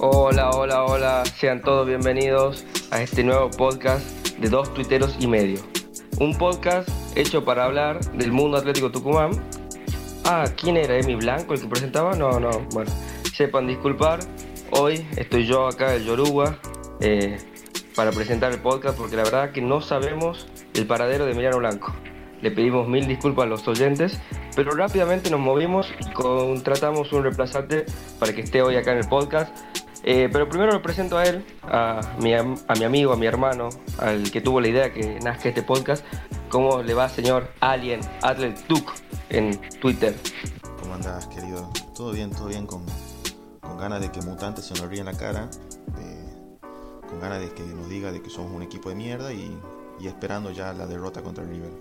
Hola, hola, hola, sean todos bienvenidos a este nuevo podcast de Dos Tuiteros y Medio. Un podcast hecho para hablar del mundo atlético Tucumán. ¿Quién era? ¿Emi Blanco el que presentaba? No, bueno, sepan disculpar. Hoy estoy yo acá, el Yoruba, para presentar el podcast porque la verdad que no sabemos el paradero de Emiliano Blanco. Le pedimos mil disculpas a los oyentes, pero rápidamente nos movimos y contratamos un reemplazante para que esté hoy acá en el podcast. Pero primero lo presento a él, a mi amigo, a mi hermano, al que tuvo la idea que nazca este podcast. ¿Cómo le va, señor Alien Atlet Duke en Twitter? ¿Cómo andás, querido? Todo bien, con ganas de que Mutante se nos ríe en la cara, con ganas de que nos diga de que somos un equipo de mierda y esperando ya la derrota contra el River.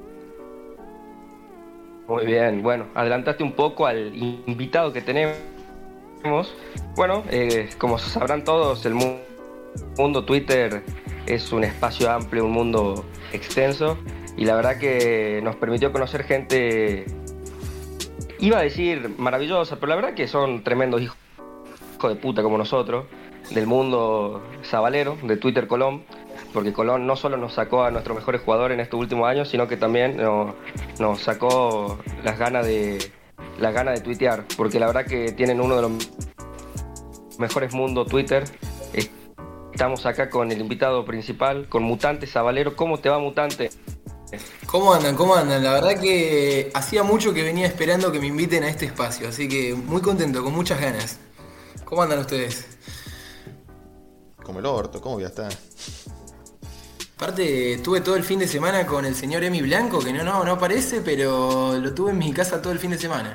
Muy bien, bueno, adelantaste un poco al invitado que tenemos. Bueno, como sabrán todos, el mundo Twitter es un espacio amplio, un mundo extenso, y la verdad que nos permitió conocer gente, iba a decir maravillosa, pero la verdad que son tremendos hijos de puta como nosotros, del mundo sabalero, de Twitter Colón, porque Colón no solo nos sacó a nuestros mejores jugadores en estos últimos años, sino que también nos sacó las ganas de tuitear, porque la verdad que tienen uno de los mejores mundos Twitter. Estamos acá con el invitado principal, con Mutante Sabalero. ¿Cómo te va, Mutante? ¿Cómo andan? ¿Cómo andan? La verdad que hacía mucho que venía esperando que me inviten a este espacio, así que muy contento, con muchas ganas. ¿Cómo andan ustedes? Como el orto, ¿cómo voy a estar? Aparte, estuve todo el fin de semana con el señor Emi Blanco, que no aparece, pero lo tuve en mi casa todo el fin de semana.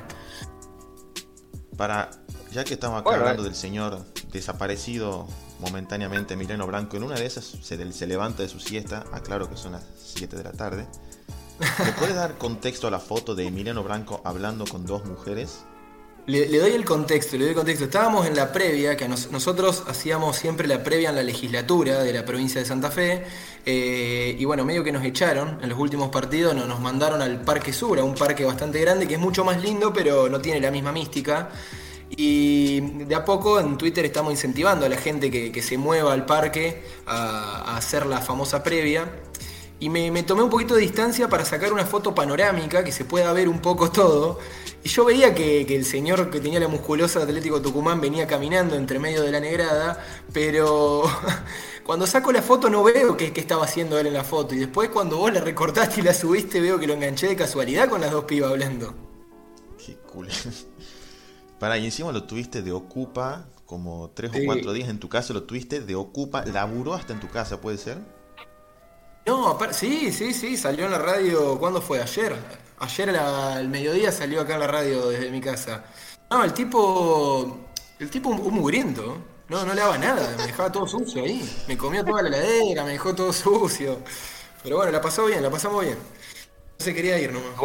Ya que estamos acá hablando del señor desaparecido momentáneamente, Emiliano Blanco, en una de esas se levanta de su siesta, aclaro que son las 7 de la tarde. ¿Le puedes dar contexto a la foto de Emiliano Blanco hablando con dos mujeres? Le doy el contexto. Estábamos en la previa, que nosotros hacíamos siempre la previa en la legislatura de la provincia de Santa Fe, y bueno, medio que nos echaron en los últimos partidos, nos mandaron al Parque Sur, a un parque bastante grande, que es mucho más lindo, pero no tiene la misma mística. Y de a poco en Twitter estamos incentivando a la gente que se mueva al parque a hacer la famosa previa. Y me tomé un poquito de distancia para sacar una foto panorámica que se pueda ver un poco todo. Y yo veía que el señor que tenía la musculosa de Atlético Tucumán venía caminando entre medio de la negrada, pero cuando saco la foto no veo qué estaba haciendo él en la foto. Y después cuando vos la recortaste y la subiste veo que lo enganché de casualidad con las dos pibas hablando. Qué cool. Y encima lo tuviste de ocupa, como 3 o 4 días en tu casa lo tuviste de ocupa, laburó hasta en tu casa, ¿puede ser? No, sí, salió en la radio. ¿Cuándo fue? Ayer al mediodía salió acá en la radio desde mi casa. No, el tipo un mugriento. No le daba nada, me dejaba todo sucio ahí. Me comió toda la heladera, me dejó todo sucio. Pero bueno, la pasamos bien. No se quería ir nomás.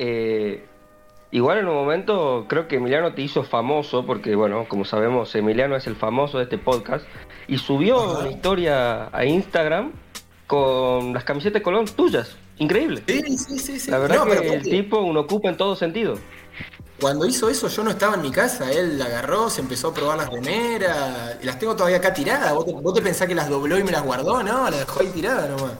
Igual en un momento creo que Emiliano te hizo famoso, porque bueno, como sabemos, Emiliano es el famoso de este podcast, y subió una historia a Instagram con las camisetas de Colón tuyas. Increíble. Sí. La verdad que el tipo un ocupa en todo sentido. Cuando hizo eso yo no estaba en mi casa, él la agarró, se empezó a probar las remeras, y las tengo todavía acá tiradas. ¿Vos te pensás que las dobló y me las guardó? No, las dejó ahí tiradas nomás.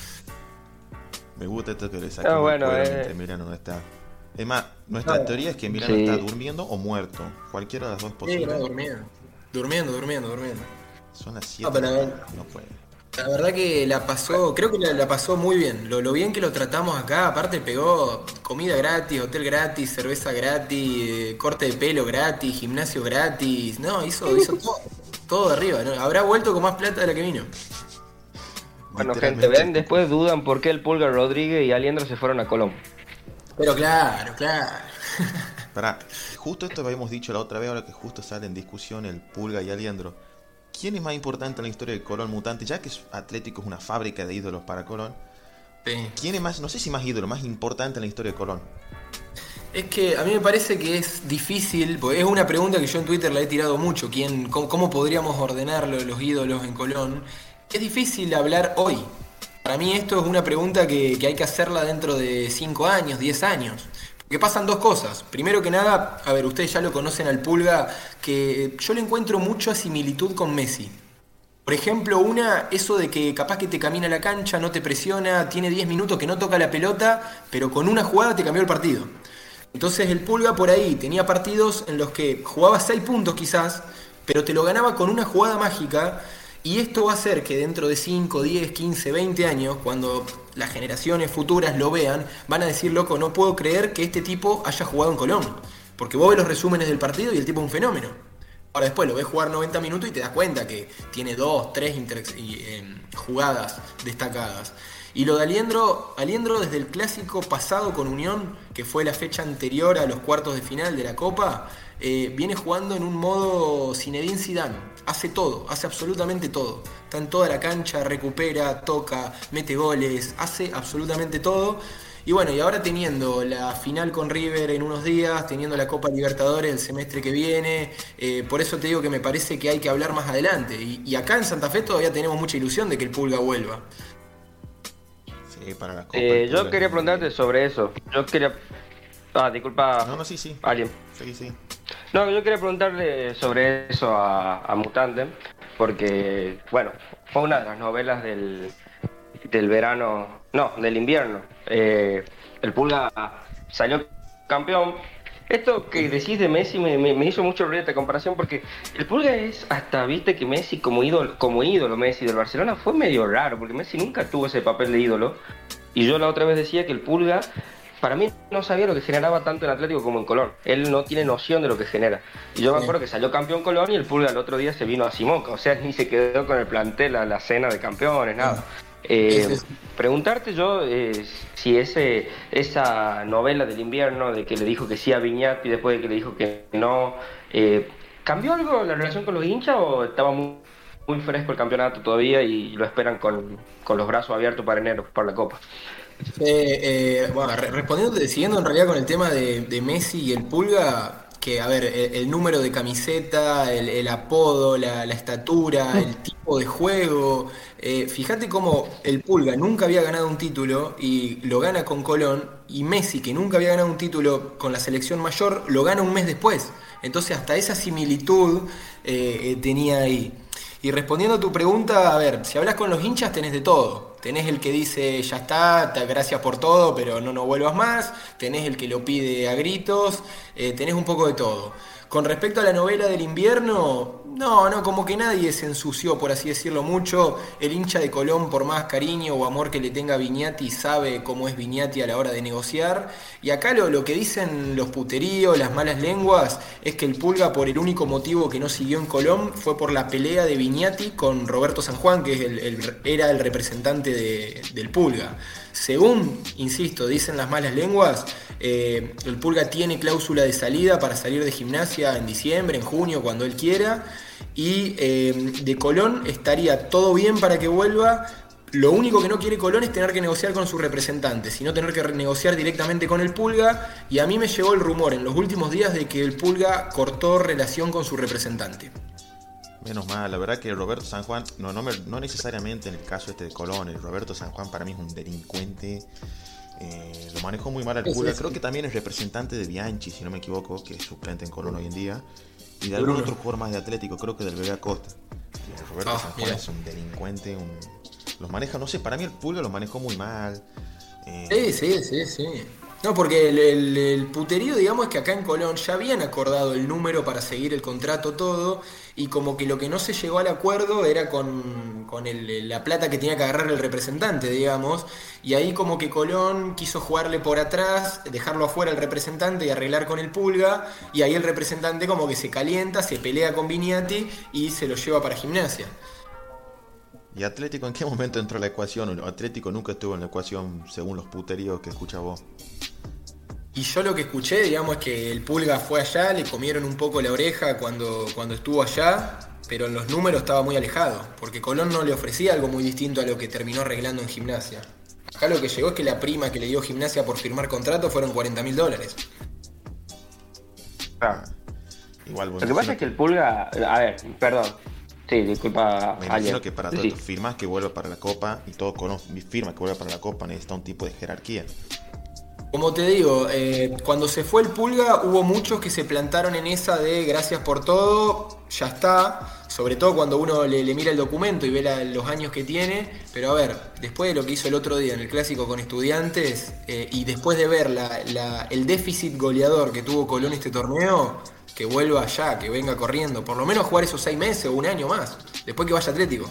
Me gusta esto que le saqué mientras Emiliano no está. Es más, nuestra teoría es que Emiliano está durmiendo o muerto. Cualquiera de las dos es posible. Sí, durmiendo. Son las 7 no puede. La verdad que creo que la pasó muy bien. Lo bien que lo tratamos acá, aparte pegó comida gratis, hotel gratis, cerveza gratis, corte de pelo gratis, gimnasio gratis. No, hizo todo de arriba, ¿no? Habrá vuelto con más plata de la que vino. Bueno, gente, ven, después dudan por qué el Pulgar Rodríguez y Aliendro se fueron a Colón. Pero claro. Justo esto habíamos dicho la otra vez, ahora que justo sale en discusión el Pulga y Aliendro. ¿Quién es más importante en la historia de Colón Mutante? Ya que Atlético es una fábrica de ídolos para Colón. Sí. ¿Quién es más, no sé si más ídolo, más importante en la historia de Colón? Es que a mí me parece que es difícil, porque es una pregunta que yo en Twitter la he tirado mucho, cómo podríamos ordenar los ídolos en Colón. Es difícil hablar hoy. Para mí esto es una pregunta que hay que hacerla dentro de 5 años, 10 años. Que pasan dos cosas. Primero que nada, a ver, ustedes ya lo conocen al Pulga, que yo le encuentro mucha similitud con Messi. Por ejemplo, eso de que capaz que te camina la cancha, no te presiona, tiene 10 minutos que no toca la pelota, pero con una jugada te cambió el partido. Entonces el Pulga por ahí tenía partidos en los que jugaba 6 puntos quizás, pero te lo ganaba con una jugada mágica. Y esto va a hacer que dentro de 5, 10, 15, 20 años, cuando las generaciones futuras lo vean, van a decir, loco, no puedo creer que este tipo haya jugado en Colón. Porque vos ves los resúmenes del partido y el tipo es un fenómeno. Ahora después lo ves jugar 90 minutos y te das cuenta que tiene 2, 3 jugadas destacadas. Y lo de Aliendro desde el clásico pasado con Unión, que fue la fecha anterior a los cuartos de final de la Copa, viene jugando en un modo Zinedine Zidane. Hace todo, hace absolutamente todo. Está en toda la cancha, recupera, toca, mete goles, hace absolutamente todo. Y bueno, y ahora teniendo la final con River en unos días, teniendo la Copa Libertadores el semestre que viene, por eso te digo que me parece que hay que hablar más adelante. Y acá en Santa Fe todavía tenemos mucha ilusión de que el Pulga vuelva. Sí, para la Copa. Yo quería preguntarte sobre eso. Disculpa. No, sí. Alguien. Sí. No, yo quería preguntarle sobre eso a Mutante, porque, bueno, fue una de las novelas del verano, no, del invierno. El Pulga salió campeón. Esto que decís de Messi me hizo mucho ruido esta comparación, porque el Pulga es hasta, viste que Messi como ídolo Messi del Barcelona fue medio raro, porque Messi nunca tuvo ese papel de ídolo. Y yo la otra vez decía que el Pulga, para mí, no sabía lo que generaba tanto en Atlético como en Colón. Él no tiene noción de lo que genera. Y yo me acuerdo que salió campeón Colón y el Pulga el otro día se vino a Simoca. O sea, ni se quedó con el plantel a la cena de campeones, nada. Preguntarte yo si esa novela del invierno de que le dijo que sí a Viñati después de que le dijo que no, ¿cambió algo la relación con los hinchas o estaba muy fresco el campeonato todavía y lo esperan con los brazos abiertos para enero, para la Copa? Bueno, siguiendo en realidad con el tema de Messi y el Pulga, que a ver, el número de camiseta, el apodo, la estatura, el tipo de juego, fíjate cómo el Pulga nunca había ganado un título y lo gana con Colón, y Messi, que nunca había ganado un título con la selección mayor, lo gana un mes después. Entonces hasta esa similitud tenía ahí. Y respondiendo a tu pregunta, a ver, si hablas con los hinchas tenés de todo. Tenés el que dice, ya está, gracias por todo, pero no vuelvas más. Tenés el que lo pide a gritos. Tenés un poco de todo. Con respecto a la novela del invierno, no, como que nadie se ensució, por así decirlo, mucho. El hincha de Colón, por más cariño o amor que le tenga a Viñati, sabe cómo es Viñati a la hora de negociar. Y acá lo que dicen los puteríos, las malas lenguas, es que el Pulga, por el único motivo que no siguió en Colón, fue por la pelea de Viñati con Roberto San Juan, que era el representante del Pulga. Según, insisto, dicen las malas lenguas, el Pulga tiene cláusula de salida para salir de Gimnasia en diciembre, en junio, cuando él quiera. Y de Colón estaría todo bien para que vuelva. Lo único que no quiere Colón es tener que negociar con su representante, sino tener que negociar directamente con el Pulga. Y a mí me llegó el rumor en los últimos días de que el Pulga cortó relación con su representante. Menos mal, la verdad que Roberto San Juan, no necesariamente en el caso de Colón, el Roberto San Juan para mí es un delincuente. Lo manejó muy mal al Pulga. Creo que también es representante de Bianchi, si no me equivoco, que es suplente en Colón hoy en día. Y de algún otro jugador más de Atlético, creo que del Bebé Acosta. Roberto San Juan es un delincuente, los maneja, no sé, para mí el Pulga lo manejó muy mal. Sí. No, porque el puterío, digamos, es que acá en Colón ya habían acordado el número para seguir el contrato, todo, y como que lo que no se llegó al acuerdo era con la plata que tenía que agarrar el representante, digamos, y ahí como que Colón quiso jugarle por atrás, dejarlo afuera el representante y arreglar con el Pulga, y ahí el representante como que se calienta, se pelea con Viñati y se lo lleva para Gimnasia. ¿Y Atlético en qué momento entró a la ecuación? Atlético nunca estuvo en la ecuación según los puteríos que escuchas vos. Y yo lo que escuché, digamos, es que el Pulga fue allá, le comieron un poco la oreja cuando estuvo allá, pero en los números estaba muy alejado, porque Colón no le ofrecía algo muy distinto a lo que terminó arreglando en Gimnasia. Acá lo que llegó es que la prima que le dio Gimnasia por firmar contrato fueron $40.000. Igual, lo que pasa es que el Pulga, a ver, perdón. Sí, disculpa. Me imagino que para todas tus firmas que vuelva para la Copa, y todo Colón firma que vuelva para la Copa, necesita un tipo de jerarquía. Como te digo, cuando se fue el Pulga hubo muchos que se plantaron en esa de gracias por todo, ya está, sobre todo cuando uno le mira el documento y ve los años que tiene, pero a ver, después de lo que hizo el otro día en el Clásico con Estudiantes y después de ver el déficit goleador que tuvo Colón este torneo, que vuelva ya, que venga corriendo, por lo menos a jugar esos 6 meses o un año más, después que vaya Atlético.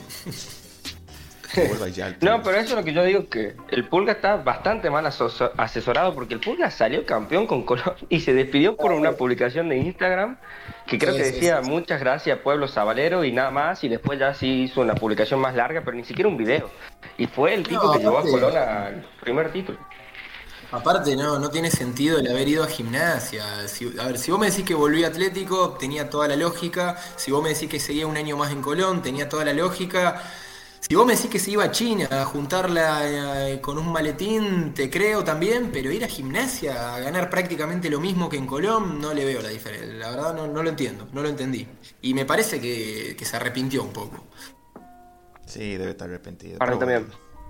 No, pero eso es lo que yo digo, que el Pulga está bastante mal asesorado, porque el Pulga salió campeón con Colón y se despidió por una publicación de Instagram que creo que decía muchas gracias Pueblo Sabalero y nada más, y después ya sí hizo una publicación más larga, pero ni siquiera un video. Y fue el tipo que llevó a Colón al primer título. Aparte, no tiene sentido el haber ido a Gimnasia. A ver, si vos me decís que volví a Atlético, tenía toda la lógica. Si vos me decís que seguía un año más en Colón, tenía toda la lógica. Si vos me decís que se iba a China a juntarla con un maletín, te creo también, pero ir a Gimnasia a ganar prácticamente lo mismo que en Colón, no le veo la diferencia. La verdad no lo entiendo, no lo entendí. Y me parece que se arrepintió un poco. Sí, debe estar arrepentido. Para mí también.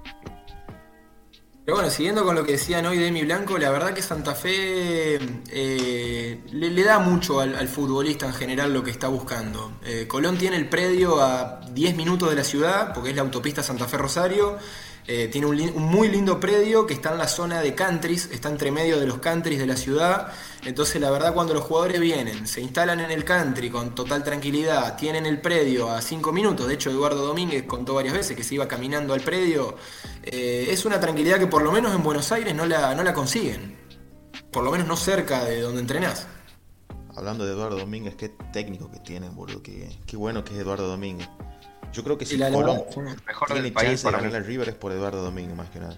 Pero bueno, siguiendo con lo que decían hoy Demi Blanco, la verdad que Santa Fe le da mucho al futbolista en general lo que está buscando. Colón tiene el predio a 10 minutos de la ciudad, porque es la autopista Santa Fe-Rosario. Tiene un muy lindo predio que está en la zona de countries, está entre medio de los countries de la ciudad. Entonces la verdad cuando los jugadores vienen, se instalan en el country con total tranquilidad, tienen el predio a 5 minutos, de hecho Eduardo Domínguez contó varias veces que se iba caminando al predio, es una tranquilidad que por lo menos en Buenos Aires no la consiguen, por lo menos no cerca de donde entrenás. Hablando de Eduardo Domínguez, qué técnico que tiene, boludo, qué bueno que es Eduardo Domínguez. Yo creo que si Colón tiene chance de ganar al River es por Eduardo Domínguez más que nada.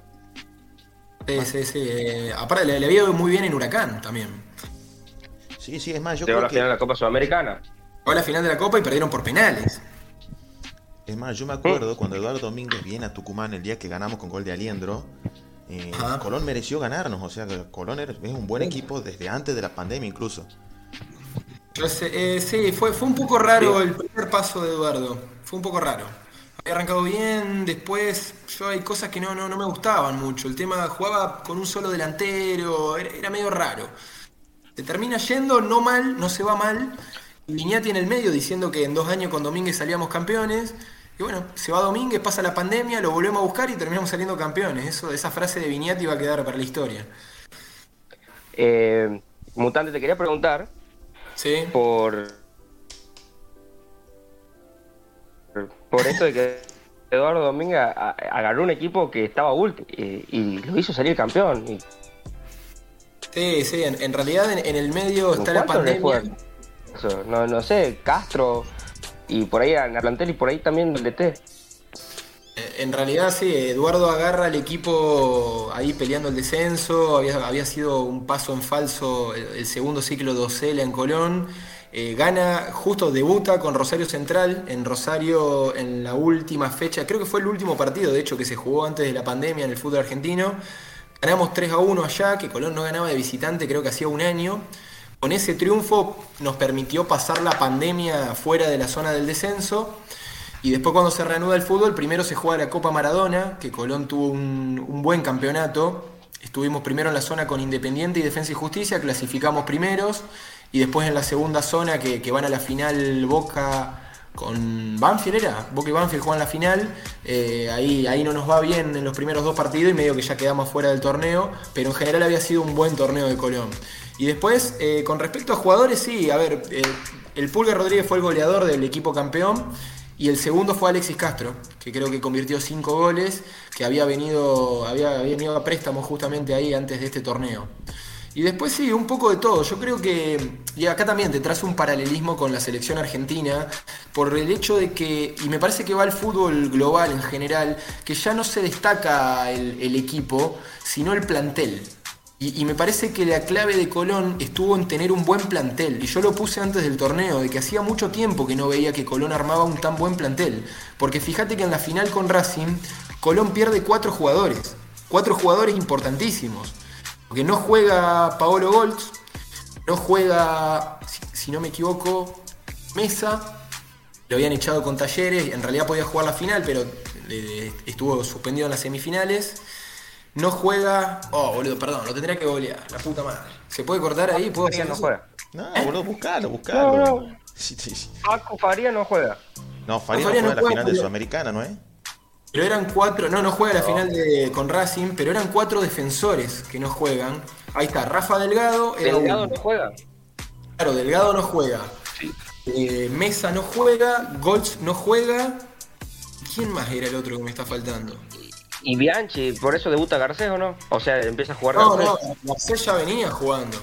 Sí. Aparte le había ido muy bien en Huracán también. Sí, es más, yo llegó creo a la final de la Copa Sudamericana. Llegó a la final de la Copa y perdieron por penales. Es más, yo me acuerdo cuando Eduardo Domínguez viene a Tucumán el día que ganamos con gol de Aliendro, Colón mereció ganarnos, o sea que Colón es un buen equipo desde antes de la pandemia incluso. Sí, fue un poco raro el primer paso de Eduardo, fue un poco raro. Había arrancado bien, después hay cosas que no me gustaban mucho. El tema jugaba con un solo delantero, era medio raro. Se termina yendo, no mal, no se va mal. Y Viñati en el medio diciendo que en 2 años con Domínguez salíamos campeones. Y bueno, se va Domínguez, pasa la pandemia, lo volvemos a buscar y terminamos saliendo campeones. Esa frase de Viñati va a quedar para la historia. Mutante, te quería preguntar. Sí. Por esto de que Eduardo Domínguez agarró un equipo que estaba último y lo hizo salir campeón. Sí, en realidad en el medio está la pandemia. No sé, Castro y por ahí en la plantel y por ahí también el DT. En realidad sí, Eduardo agarra al equipo ahí peleando el descenso, había sido un paso en falso el segundo ciclo de Osela en Colón. Gana, justo debuta con Rosario Central en Rosario en la última fecha, creo que fue el último partido de hecho que se jugó antes de la pandemia en el fútbol argentino. Ganamos 3-1 allá, que Colón no ganaba de visitante creo que hacía un año. Con ese triunfo nos permitió pasar la pandemia fuera de la zona del descenso. Y después cuando se reanuda el fútbol, primero se juega la Copa Maradona, que Colón tuvo un buen campeonato. Estuvimos primero en la zona con Independiente y Defensa y Justicia, clasificamos primeros. Y después en la segunda zona que van a la final Boca con Banfield, ¿era? Boca y Banfield juegan la final. Ahí no nos va bien en los primeros 2 partidos y medio que ya quedamos fuera del torneo. Pero en general había sido un buen torneo de Colón. Y después, con respecto a jugadores, sí, a ver, el Pulga Rodríguez fue el goleador del equipo campeón. Y el segundo fue Alexis Castro, que creo que convirtió 5 goles, que había venido a préstamo justamente ahí antes de este torneo. Y después sí, un poco de todo. Yo creo que, y acá también te trazo un paralelismo con la selección argentina, por el hecho de que, y me parece que va al fútbol global en general, que ya no se destaca el equipo, sino el plantel. Y me parece que la clave de Colón estuvo en tener un buen plantel. Y yo lo puse antes del torneo, de que hacía mucho tiempo que no veía que Colón armaba un tan buen plantel. Porque fíjate que en la final con Racing, Colón pierde 4 jugadores. 4 jugadores importantísimos. Porque no juega Paolo Goltz, no juega, si no me equivoco, Mesa. Lo habían echado con Talleres, en realidad podía jugar la final, pero estuvo suspendido en las semifinales. no juega... Oh, boludo, perdón, lo tendría que golear, la puta madre. ¿Se puede cortar ahí? ¿Puedo hacer no eso? juega. No, boludo, buscalo. No. Sí. Facu Faría no juega. No, Faría no juega la final de Sudamericana, ¿no es? Pero eran 4, no juega la final con Racing, pero eran 4 defensores que no juegan. Ahí está, Rafa Delgado. ¿Delgado no juega? Claro, Delgado no juega. Sí. Mesa no juega, Goltz no juega. ¿Quién más era el otro que me está faltando? ¿Y Bianchi, por eso debuta Garcés o no? O sea, empieza a jugar No, Garcés ya venía jugando.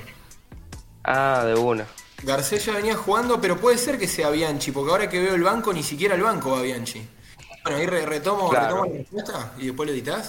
Ah, de una. Garcés ya venía jugando, pero puede ser que sea Bianchi, porque ahora que veo el banco, ni siquiera el banco va Bianchi. Bueno, ahí retomo la respuesta y después lo editas.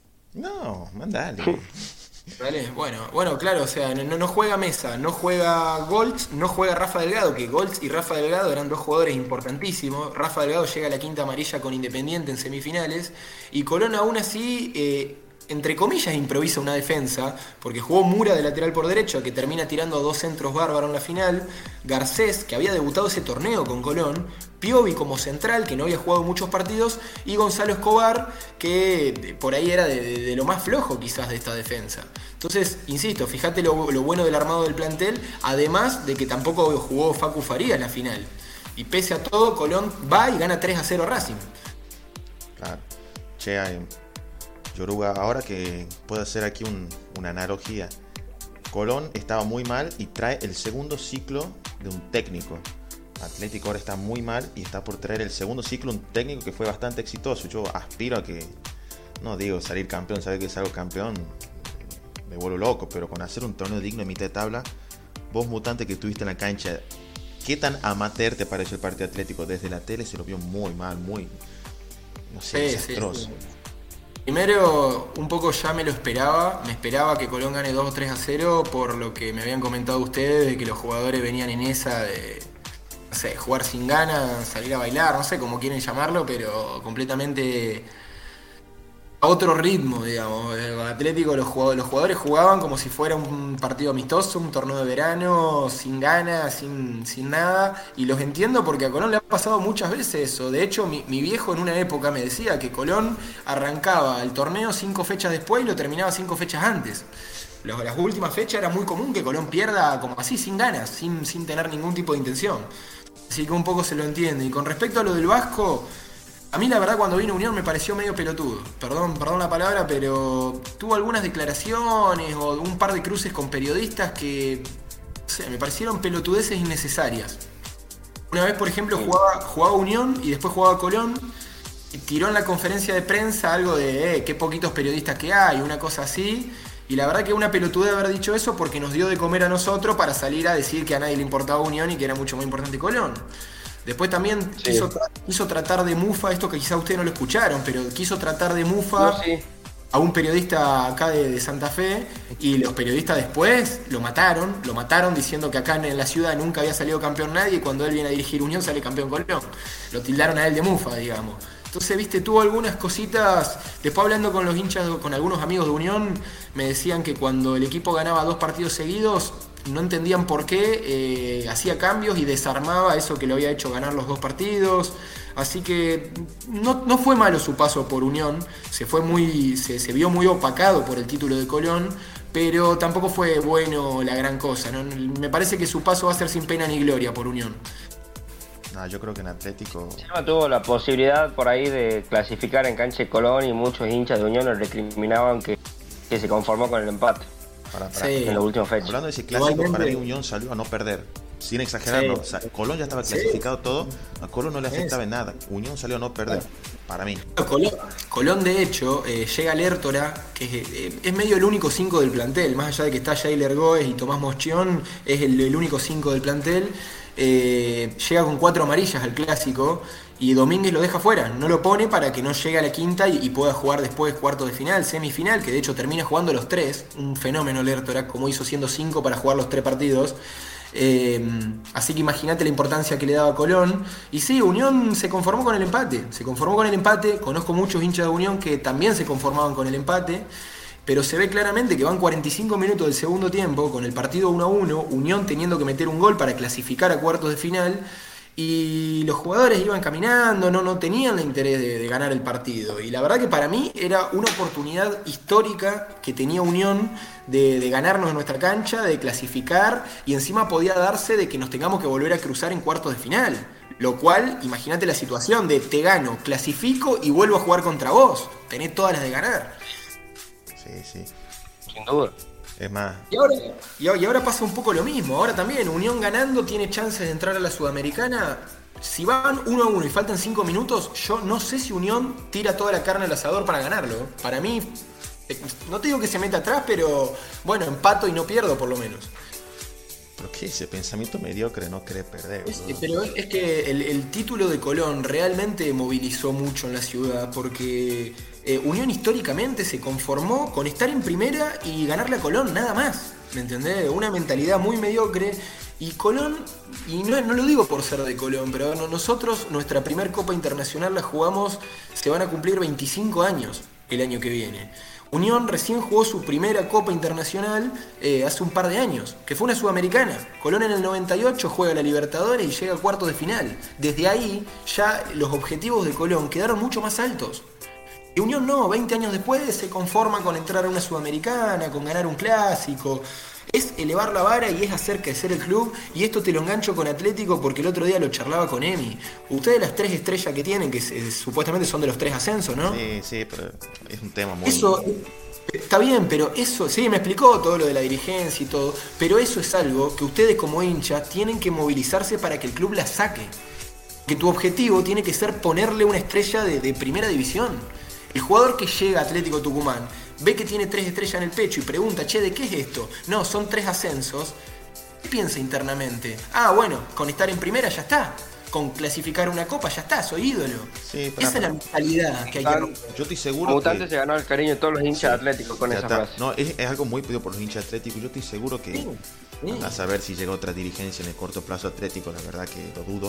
No, mandale. Vale, bueno, claro, o sea, no juega Mesa, no juega Goltz, no juega Rafa Delgado, que Goltz y Rafa Delgado eran 2 jugadores importantísimos. Rafa Delgado llega a la quinta amarilla con Independiente en semifinales, y Colón aún así, entre comillas, improvisa una defensa, porque jugó Mura de lateral por derecho, que termina tirando 2 centros bárbaros en la final, Garcés, que había debutado ese torneo con Colón, Piovi como central, que no había jugado muchos partidos, y Gonzalo Escobar, que por ahí era de lo más flojo quizás de esta defensa. Entonces, insisto, fíjate lo bueno del armado del plantel, además de que tampoco jugó Facu Farías la final. Y pese a todo, Colón va y gana 3-0 a Racing. Claro. Che, Yoruga, ahora que puedo hacer aquí una analogía. Colón estaba muy mal y trae el segundo ciclo de un técnico. Atlético ahora está muy mal y está por traer el segundo ciclo un técnico que fue bastante exitoso. Yo aspiro a que, no digo salir campeón, saber que salgo campeón me vuelvo loco, pero con hacer un torneo digno de mitad de tabla, vos mutante que estuviste en la cancha, ¿qué tan amateur te pareció el partido Atlético? Desde la tele se lo vio muy mal, muy, no sé, desastroso. Sí. Primero, un poco ya me esperaba que Colón gane 2 o 3-0 por lo que me habían comentado ustedes, de que los jugadores venían en esa de, no sé, jugar sin ganas, salir a bailar, no sé cómo quieren llamarlo, pero completamente a otro ritmo, digamos. El Atlético, los jugadores jugaban como si fuera un partido amistoso, un torneo de verano, sin ganas, sin nada, y los entiendo porque a Colón le ha pasado muchas veces eso. De hecho, mi viejo en una época me decía que Colón arrancaba el torneo 5 fechas después y lo terminaba 5 fechas antes. Las últimas fechas era muy común que Colón pierda como así, sin ganas, sin tener ningún tipo de intención. Así que un poco se lo entiende. Y con respecto a lo del Vasco, a mí la verdad cuando vino Unión me pareció medio pelotudo. Perdón la palabra, pero tuvo algunas declaraciones o un par de cruces con periodistas que, no sé, me parecieron pelotudeces innecesarias. Una vez, por ejemplo, jugaba Unión y después jugaba Colón y tiró en la conferencia de prensa algo de qué poquitos periodistas que hay, una cosa así. Y la verdad que una pelotudez haber dicho eso porque nos dio de comer a nosotros para salir a decir que a nadie le importaba Unión y que era mucho más importante Colón. Después también quiso tratar de mufa, esto que quizá ustedes no lo escucharon, pero quiso tratar de mufa a un periodista acá de Santa Fe, y los periodistas después lo mataron diciendo que acá en la ciudad nunca había salido campeón nadie, y cuando él viene a dirigir Unión sale campeón Colón. Lo tildaron a él de mufa, digamos. Entonces, viste, tuvo algunas cositas. Después, hablando con los hinchas, con algunos amigos de Unión, me decían que cuando el equipo ganaba 2 partidos seguidos, no entendían por qué hacía cambios y desarmaba eso que lo había hecho ganar los 2 partidos. Así que no fue malo su paso por Unión, se vio muy opacado por el título de Colón, pero tampoco fue bueno la gran cosa, ¿no? Me parece que su paso va a ser sin pena ni gloria por Unión. No, yo creo que en Atlético... Chema tuvo la posibilidad por ahí de clasificar en cancha de Colón y muchos hinchas de Unión le recriminaban que se conformó con el empate. En la última fecha. Hablando de ese clásico, para mí Unión salió a no perder. Sin exagerarlo. O sea, Colón ya estaba clasificado todo. A Colón no le afectaba en nada. Unión salió a no perder. Para mí. Colón de hecho, llega Lertora, que es medio el único 5 del plantel. Más allá de que está Jailer Goes y Tomás Moschón, es el único 5 del plantel. Llega con 4 amarillas al clásico y Domínguez lo deja fuera, no lo pone para que no llegue a la quinta y pueda jugar después cuartos de final, semifinal, que de hecho termina jugando los 3, un fenómeno Lertora, como hizo siendo 5 para jugar los 3 partidos. Así que imagínate la importancia que le daba Colón. Y sí, Unión se conformó con el empate, conozco muchos hinchas de Unión que también se conformaban con el empate. Pero se ve claramente que van 45 minutos del segundo tiempo, con el partido 1-1, Unión teniendo que meter un gol para clasificar a cuartos de final, y los jugadores iban caminando, no tenían el interés de ganar el partido. Y la verdad que para mí era una oportunidad histórica que tenía Unión de ganarnos en nuestra cancha, de clasificar, y encima podía darse de que nos tengamos que volver a cruzar en cuartos de final. Lo cual, imagínate la situación de te gano, clasifico y vuelvo a jugar contra vos. Tenés todas las de ganar. Sí. Sin duda. Es más. Y ahora pasa un poco lo mismo. Ahora también, Unión ganando tiene chances de entrar a la Sudamericana. Si van 1-1 y faltan 5 minutos, yo no sé si Unión tira toda la carne al asador para ganarlo. Para mí, no te digo que se meta atrás, pero bueno, empato y no pierdo por lo menos. ¿Pero qué? Ese pensamiento mediocre no quiere perder. Pero es que el título de Colón realmente movilizó mucho en la ciudad, porque Unión históricamente se conformó con estar en primera y ganarle a Colón, nada más. ¿Me entendés? Una mentalidad muy mediocre. Y Colón, y no lo digo por ser de Colón, pero nosotros nuestra primer Copa Internacional la jugamos, se van a cumplir 25 años el año que viene. Unión recién jugó su primera Copa Internacional hace un par de años, que fue una sudamericana. Colón en el 98 juega la Libertadores y llega a cuartos de final. Desde ahí ya los objetivos de Colón quedaron mucho más altos. Y Unión no, 20 años después se conforma con entrar a una sudamericana, con ganar un clásico. Es elevar la vara y es hacer crecer el club. Y esto te lo engancho con Atlético porque el otro día lo charlaba con Emi. Ustedes las 3 estrellas que tienen, que supuestamente son de los 3 ascensos, ¿no? Sí, pero es un tema muy... Eso está bien, pero eso, sí, me explicó todo lo de la dirigencia y todo, pero eso es algo que ustedes como hinchas tienen que movilizarse para que el club la saque. Que tu objetivo tiene que ser ponerle una estrella de primera división. El jugador que llega a Atlético Tucumán ve que tiene 3 estrellas en el pecho y pregunta, che, ¿de qué es esto? No, son 3 ascensos. ¿Qué piensa internamente? Ah, bueno, con estar en primera ya está. Con clasificar una copa ya está, soy ídolo. Sí, esa es la mentalidad que hay que romper. Yo estoy seguro Mutante que... se ganó el cariño de todos los hinchas Atléticos con esa frase. No, es algo muy pedido por los hinchas Atléticos. Yo estoy seguro que... Sí. A saber si llega otra dirigencia en el corto plazo Atlético, la verdad que lo dudo.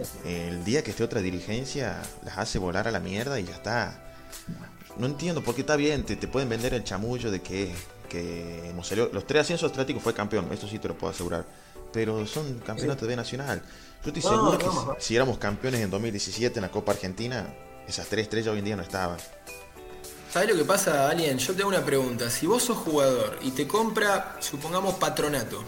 El día que esté otra dirigencia, las hace volar a la mierda y ya está. No entiendo, porque está bien, te pueden vender el chamullo de que hemos salido. Los 3 ascensos Atlético fue campeón, esto sí te lo puedo asegurar. Pero son campeonatos de Nacional. Yo estoy seguro que si éramos campeones en 2017 en la Copa Argentina, esas 3 estrellas hoy en día no estaban. ¿Sabés lo que pasa, Alien? Yo te hago una pregunta. Si vos sos jugador y te compra, supongamos, Patronato,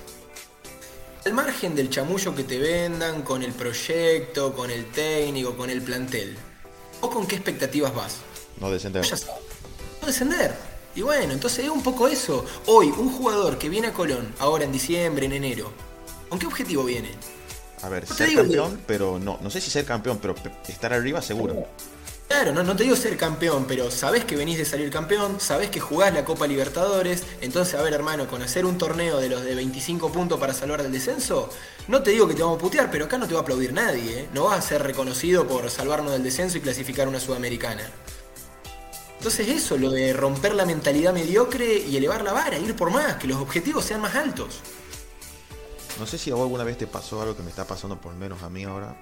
al margen del chamullo que te vendan, con el proyecto, con el técnico, con el plantel, ¿vos con qué expectativas vas? No descender. No descender. Y bueno, entonces es un poco eso. Hoy, un jugador que viene a Colón, ahora en diciembre, en enero, ¿con qué objetivo viene? A ver, ser campeón, pero no sé si ser campeón, pero estar arriba seguro. Claro, no te digo ser campeón, pero sabés que venís de salir campeón, sabés que jugás la Copa Libertadores, entonces, a ver, hermano, con hacer un torneo de los de 25 puntos para salvar del descenso, no te digo que te vamos a putear, pero acá no te va a aplaudir nadie, ¿eh? No vas a ser reconocido por salvarnos del descenso y clasificar una sudamericana. Entonces eso, lo de romper la mentalidad mediocre y elevar la vara, ir por más, que los objetivos sean más altos. No sé si a vos alguna vez te pasó algo que me está pasando por lo menos a mí ahora.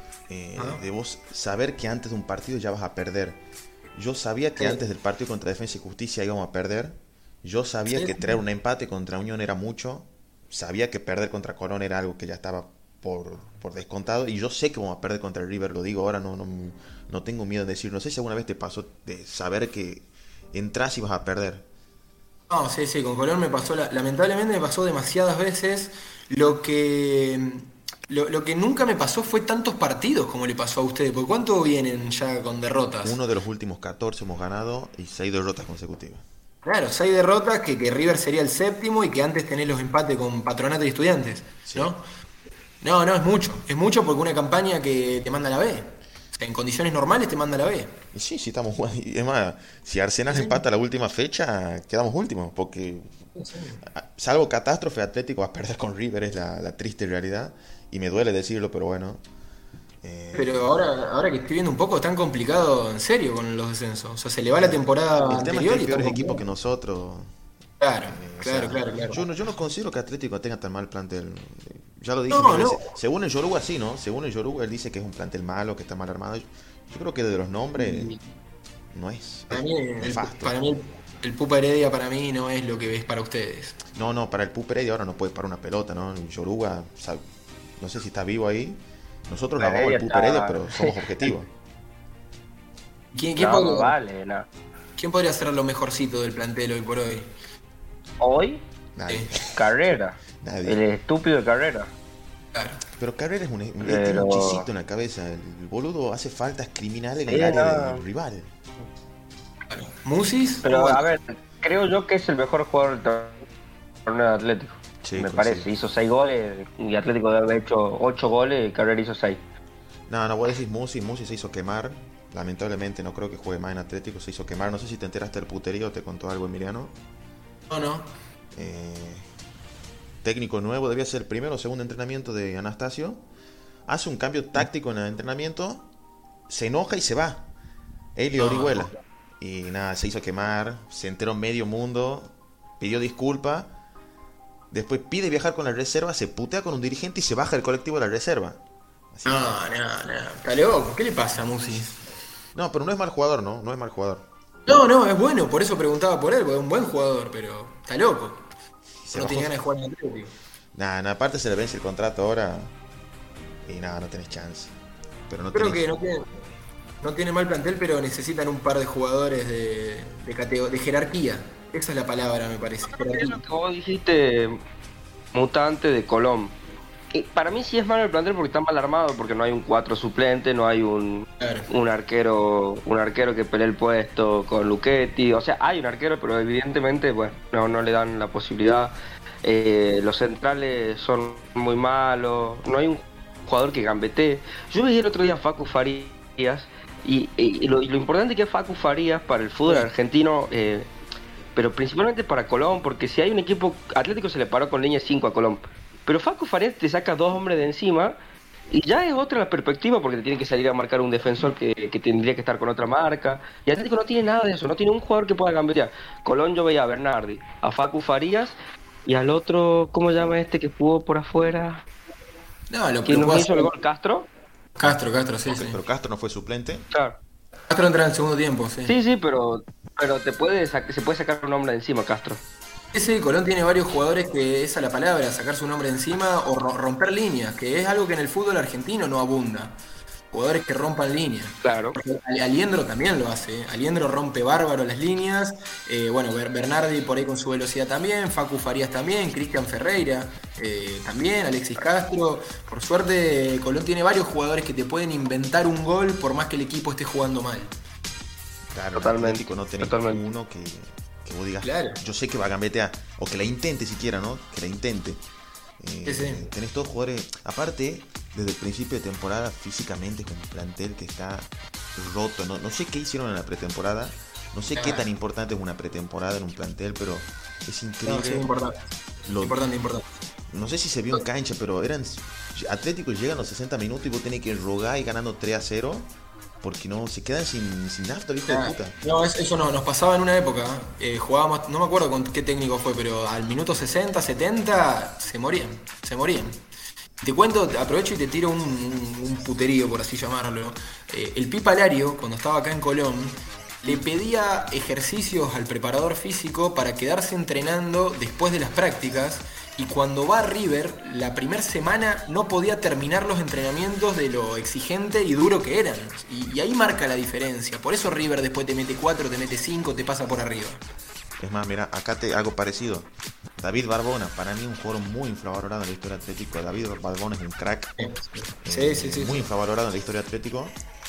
De vos saber que antes de un partido ya vas a perder. Yo sabía que antes del partido contra Defensa y Justicia íbamos a perder. Yo sabía que traer un empate contra Unión era mucho. Sabía que perder contra Colón era algo que ya estaba por descontado. Y yo sé que vamos a perder contra el River, lo digo ahora, no tengo miedo de decir. No sé si alguna vez te pasó de saber que entras y vas a perder. No, sí, con Colón me pasó, lamentablemente me pasó demasiadas veces. Lo que nunca me pasó fue tantos partidos como le pasó a ustedes. ¿Por cuánto vienen ya con derrotas? Uno de los últimos 14 hemos ganado y 6 derrotas consecutivas. Claro, 6 derrotas, que River sería el séptimo y que antes tenés los empates con Patronato y Estudiantes, sí. ¿no? No, es mucho porque una campaña que te manda a la B. O sea, en condiciones normales te manda a la B. Y sí, estamos jugando. Y es más, si Arsenal empata la última fecha, quedamos últimos, porque salvo catástrofe, Atlético va a perder con River, es la triste realidad. Y me duele decirlo, pero bueno. Pero ahora que estoy viendo un poco, tan complicado en serio con los descensos. O sea, se le va la temporada el tema anterior es que hay peores y equipos que nosotros. Claro. Yo no considero que Atlético tenga tan mal plantel. Ya lo dije. No. Según el Yoruba, sí, ¿no? Según el Yoruba, él dice que es un plantel malo, que está mal armado. Yo creo que de los nombres no es. Para mí el Pupa Heredia para mí no es lo que es para ustedes. No, para el Pupa Heredia ahora no puede parar una pelota, ¿no? El Yoruba, no sé si está vivo ahí, Nosotros la vamos al puto Heredia, pero somos objetivos. ¿Quién podría ser lo mejorcito del plantel hoy por hoy? ¿Hoy? Nadie. Carrera. Nadie. El estúpido de Carrera. Claro. Pero Carrera tiene un chisito en la cabeza. El boludo hace faltas criminales en el área del rival. Claro. ¿Musis? Pero a ver, creo yo que es el mejor jugador del torneo de Atlético. Sí, me parece. Hizo 6 goles y Atlético debe haber hecho 8 goles y Carrera hizo 6. No, vos decís Musi se hizo quemar. Lamentablemente no creo que juegue más en Atlético, se hizo quemar. No sé si te enteraste del puterío, te contó algo Emiliano. No. Técnico nuevo, debía ser el primero o segundo entrenamiento de Anastasio. Hace un cambio táctico en el entrenamiento, se enoja y se va. Él y Orihuela. Y nada, se hizo quemar, se enteró medio mundo, pidió disculpas. Después pide viajar con la reserva, se putea con un dirigente y se baja del colectivo de la reserva. Así No. Está loco. ¿Qué le pasa a Musis? No, pero no es mal jugador, ¿no? No es mal jugador. No, es bueno. Por eso preguntaba por él, porque es un buen jugador, pero está loco. Se No bajó. tiene ganas de jugar en Atlético. Nada, aparte se le vence el contrato ahora. Y nada, no tenés chance. Pero no Creo tenés... que no tiene mal plantel, pero necesitan un par de jugadores de jerarquía. Esa es la palabra, me parece. Es lo que vos dijiste, mutante de Colón. Para mí sí es malo el plantel porque está mal armado, porque no hay un 4 suplente, no hay un arquero que pelee el puesto con Luchetti. O sea, hay un arquero, pero evidentemente bueno, no le dan la posibilidad. Los centrales son muy malos, no hay un jugador que gambetee. Yo veía el otro día a Facu Farías y lo importante que es Facu Farías para el fútbol argentino, pero principalmente para Colón, porque si hay un equipo, Atlético se le paró con línea 5 a Colón, pero Facu Farías te saca 2 hombres de encima y ya es otra la perspectiva, porque te tiene que salir a marcar un defensor que tendría que estar con otra marca, y Atlético no tiene nada de eso, no tiene un jugador que pueda gambetear. Colón yo veía a Bernardi, a Facu Farías y al otro, ¿cómo se llama este que jugó por afuera? ¿Quién nos hizo el gol? ¿Castro? Castro, sí. Pero Castro no fue suplente. Claro. Castro entra en el segundo tiempo, sí. Sí, pero se puede sacar un hombre de encima, Castro. Sí, Colón tiene varios jugadores que esa es la palabra, sacarse un hombre encima o romper líneas, que es algo que en el fútbol argentino no abunda. Jugadores que rompan líneas. Claro. Aliendro también lo hace, ¿eh? Aliendro rompe bárbaro las líneas. Bernardi por ahí con su velocidad también, Facu Farías también, Cristian Ferreira también, Alexis Castro. Por suerte, Colón tiene varios jugadores que te pueden inventar un gol por más que el equipo esté jugando mal. Claro, Totalmente, en Atlético no tenés uno que vos digas, claro. Yo sé que va a gambetear, o que la intente siquiera, ¿no? Que la intente. Sí. Tenés todos jugadores, aparte, desde el principio de temporada, físicamente con un plantel que está roto. No sé qué hicieron en la pretemporada, no sé qué tan importante es una pretemporada en un plantel, pero es increíble. No, sí, importante. Importante. No sé si se vio en cancha, pero Atléticos llegan los 60 minutos y vos tenés que rogar y ganando 3-0. Porque no, se quedan sin nafta, hijo de puta. No, eso no, nos pasaba en una época. Jugábamos, no me acuerdo con qué técnico fue, pero al minuto 60, 70 se morían. Te cuento, aprovecho y te tiro un puterío, por así llamarlo. El Pipa Lario, cuando estaba acá en Colón, le pedía ejercicios al preparador físico para quedarse entrenando después de las prácticas. Y cuando va a River, la primera semana no podía terminar los entrenamientos de lo exigente y duro que eran. Y ahí marca la diferencia. Por eso River después te mete 4, te mete 5, te pasa por arriba. Es más, mira, acá algo parecido. David Barbona, para mí un jugador muy infravalorado en la historia de Atlético. David Barbona es un crack. Sí. Muy infravalorado en la historia de Atlético.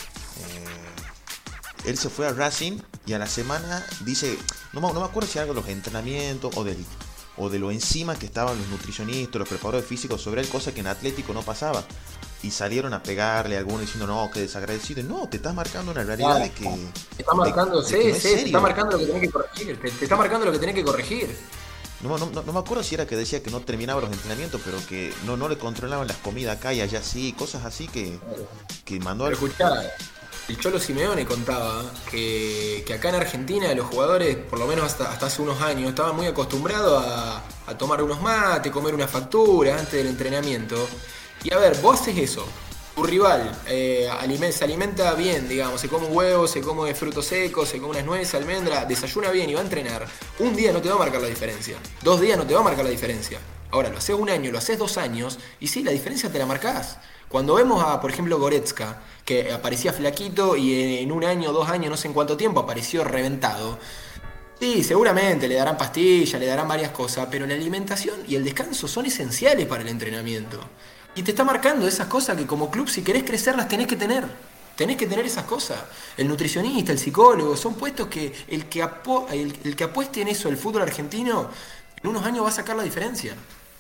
Él se fue a Racing y a la semana dice, no me acuerdo si algo de los entrenamientos o de lo encima que estaban los nutricionistas, los preparadores físicos sobre él, cosa que en Atlético no pasaba. Y salieron a pegarle a algunos diciendo, no, que desagradecido. No, te estás marcando una realidad de que... Te está marcando, te está marcando lo que tenés que corregir. Te está marcando lo que tenés que corregir. No me acuerdo si era que decía que no terminaba los entrenamientos, pero que no le controlaban las comidas acá y allá sí, cosas así que mandó a... El Cholo Simeone contaba que acá en Argentina los jugadores, por lo menos hasta hace unos años, estaban muy acostumbrados a tomar unos mates, comer una factura antes del entrenamiento. Y a ver, vos haces eso, tu rival se alimenta bien, digamos, se come un huevo, se come frutos secos, se come unas nueces, almendras, desayuna bien y va a entrenar. Un día no te va a marcar la diferencia, 2 días no te va a marcar la diferencia. Ahora, lo haces un año, lo haces 2 años, y sí, la diferencia te la marcás. Cuando vemos a, por ejemplo, Goretzka, que aparecía flaquito y en un año, 2 años, no sé en cuánto tiempo, apareció reventado. Sí, seguramente le darán pastillas, le darán varias cosas, pero la alimentación y el descanso son esenciales para el entrenamiento. Y te está marcando esas cosas que como club, si querés crecer, las tenés que tener. Tenés que tener esas cosas. El nutricionista, el psicólogo, son puestos que el que apueste en eso, el fútbol argentino, en unos años va a sacar la diferencia.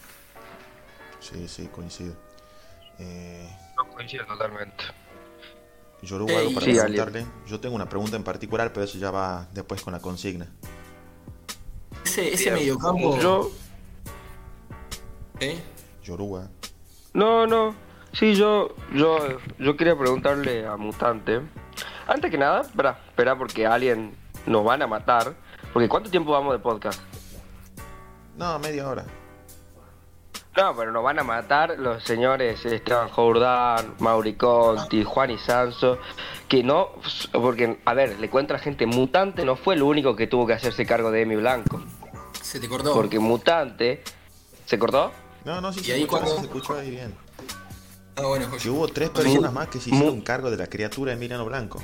Sí, coincido. No coincido totalmente. Yoruba, algo para Sí, preguntarle. Yo tengo una pregunta en particular, pero eso ya va después con la consigna. Ese mediocampo. Yoruba. No. Sí, yo quería preguntarle a Mutante. Antes que nada, espera porque alguien nos van a matar. Porque ¿cuánto tiempo vamos de podcast? No, media hora. No, pero nos van a matar los señores Esteban Jordán, Mauri Conti, Juan y Sanso, que no, porque, a ver, le cuento a la gente, Mutante no fue el único que tuvo que hacerse cargo de Emi Blanco. Se te cortó. Porque Mutante, ¿se cortó? No, sí, se escuchó ahí bien. Bueno, que hubo 3 personas más que se hicieron cargo de la criatura de Emiliano Blanco.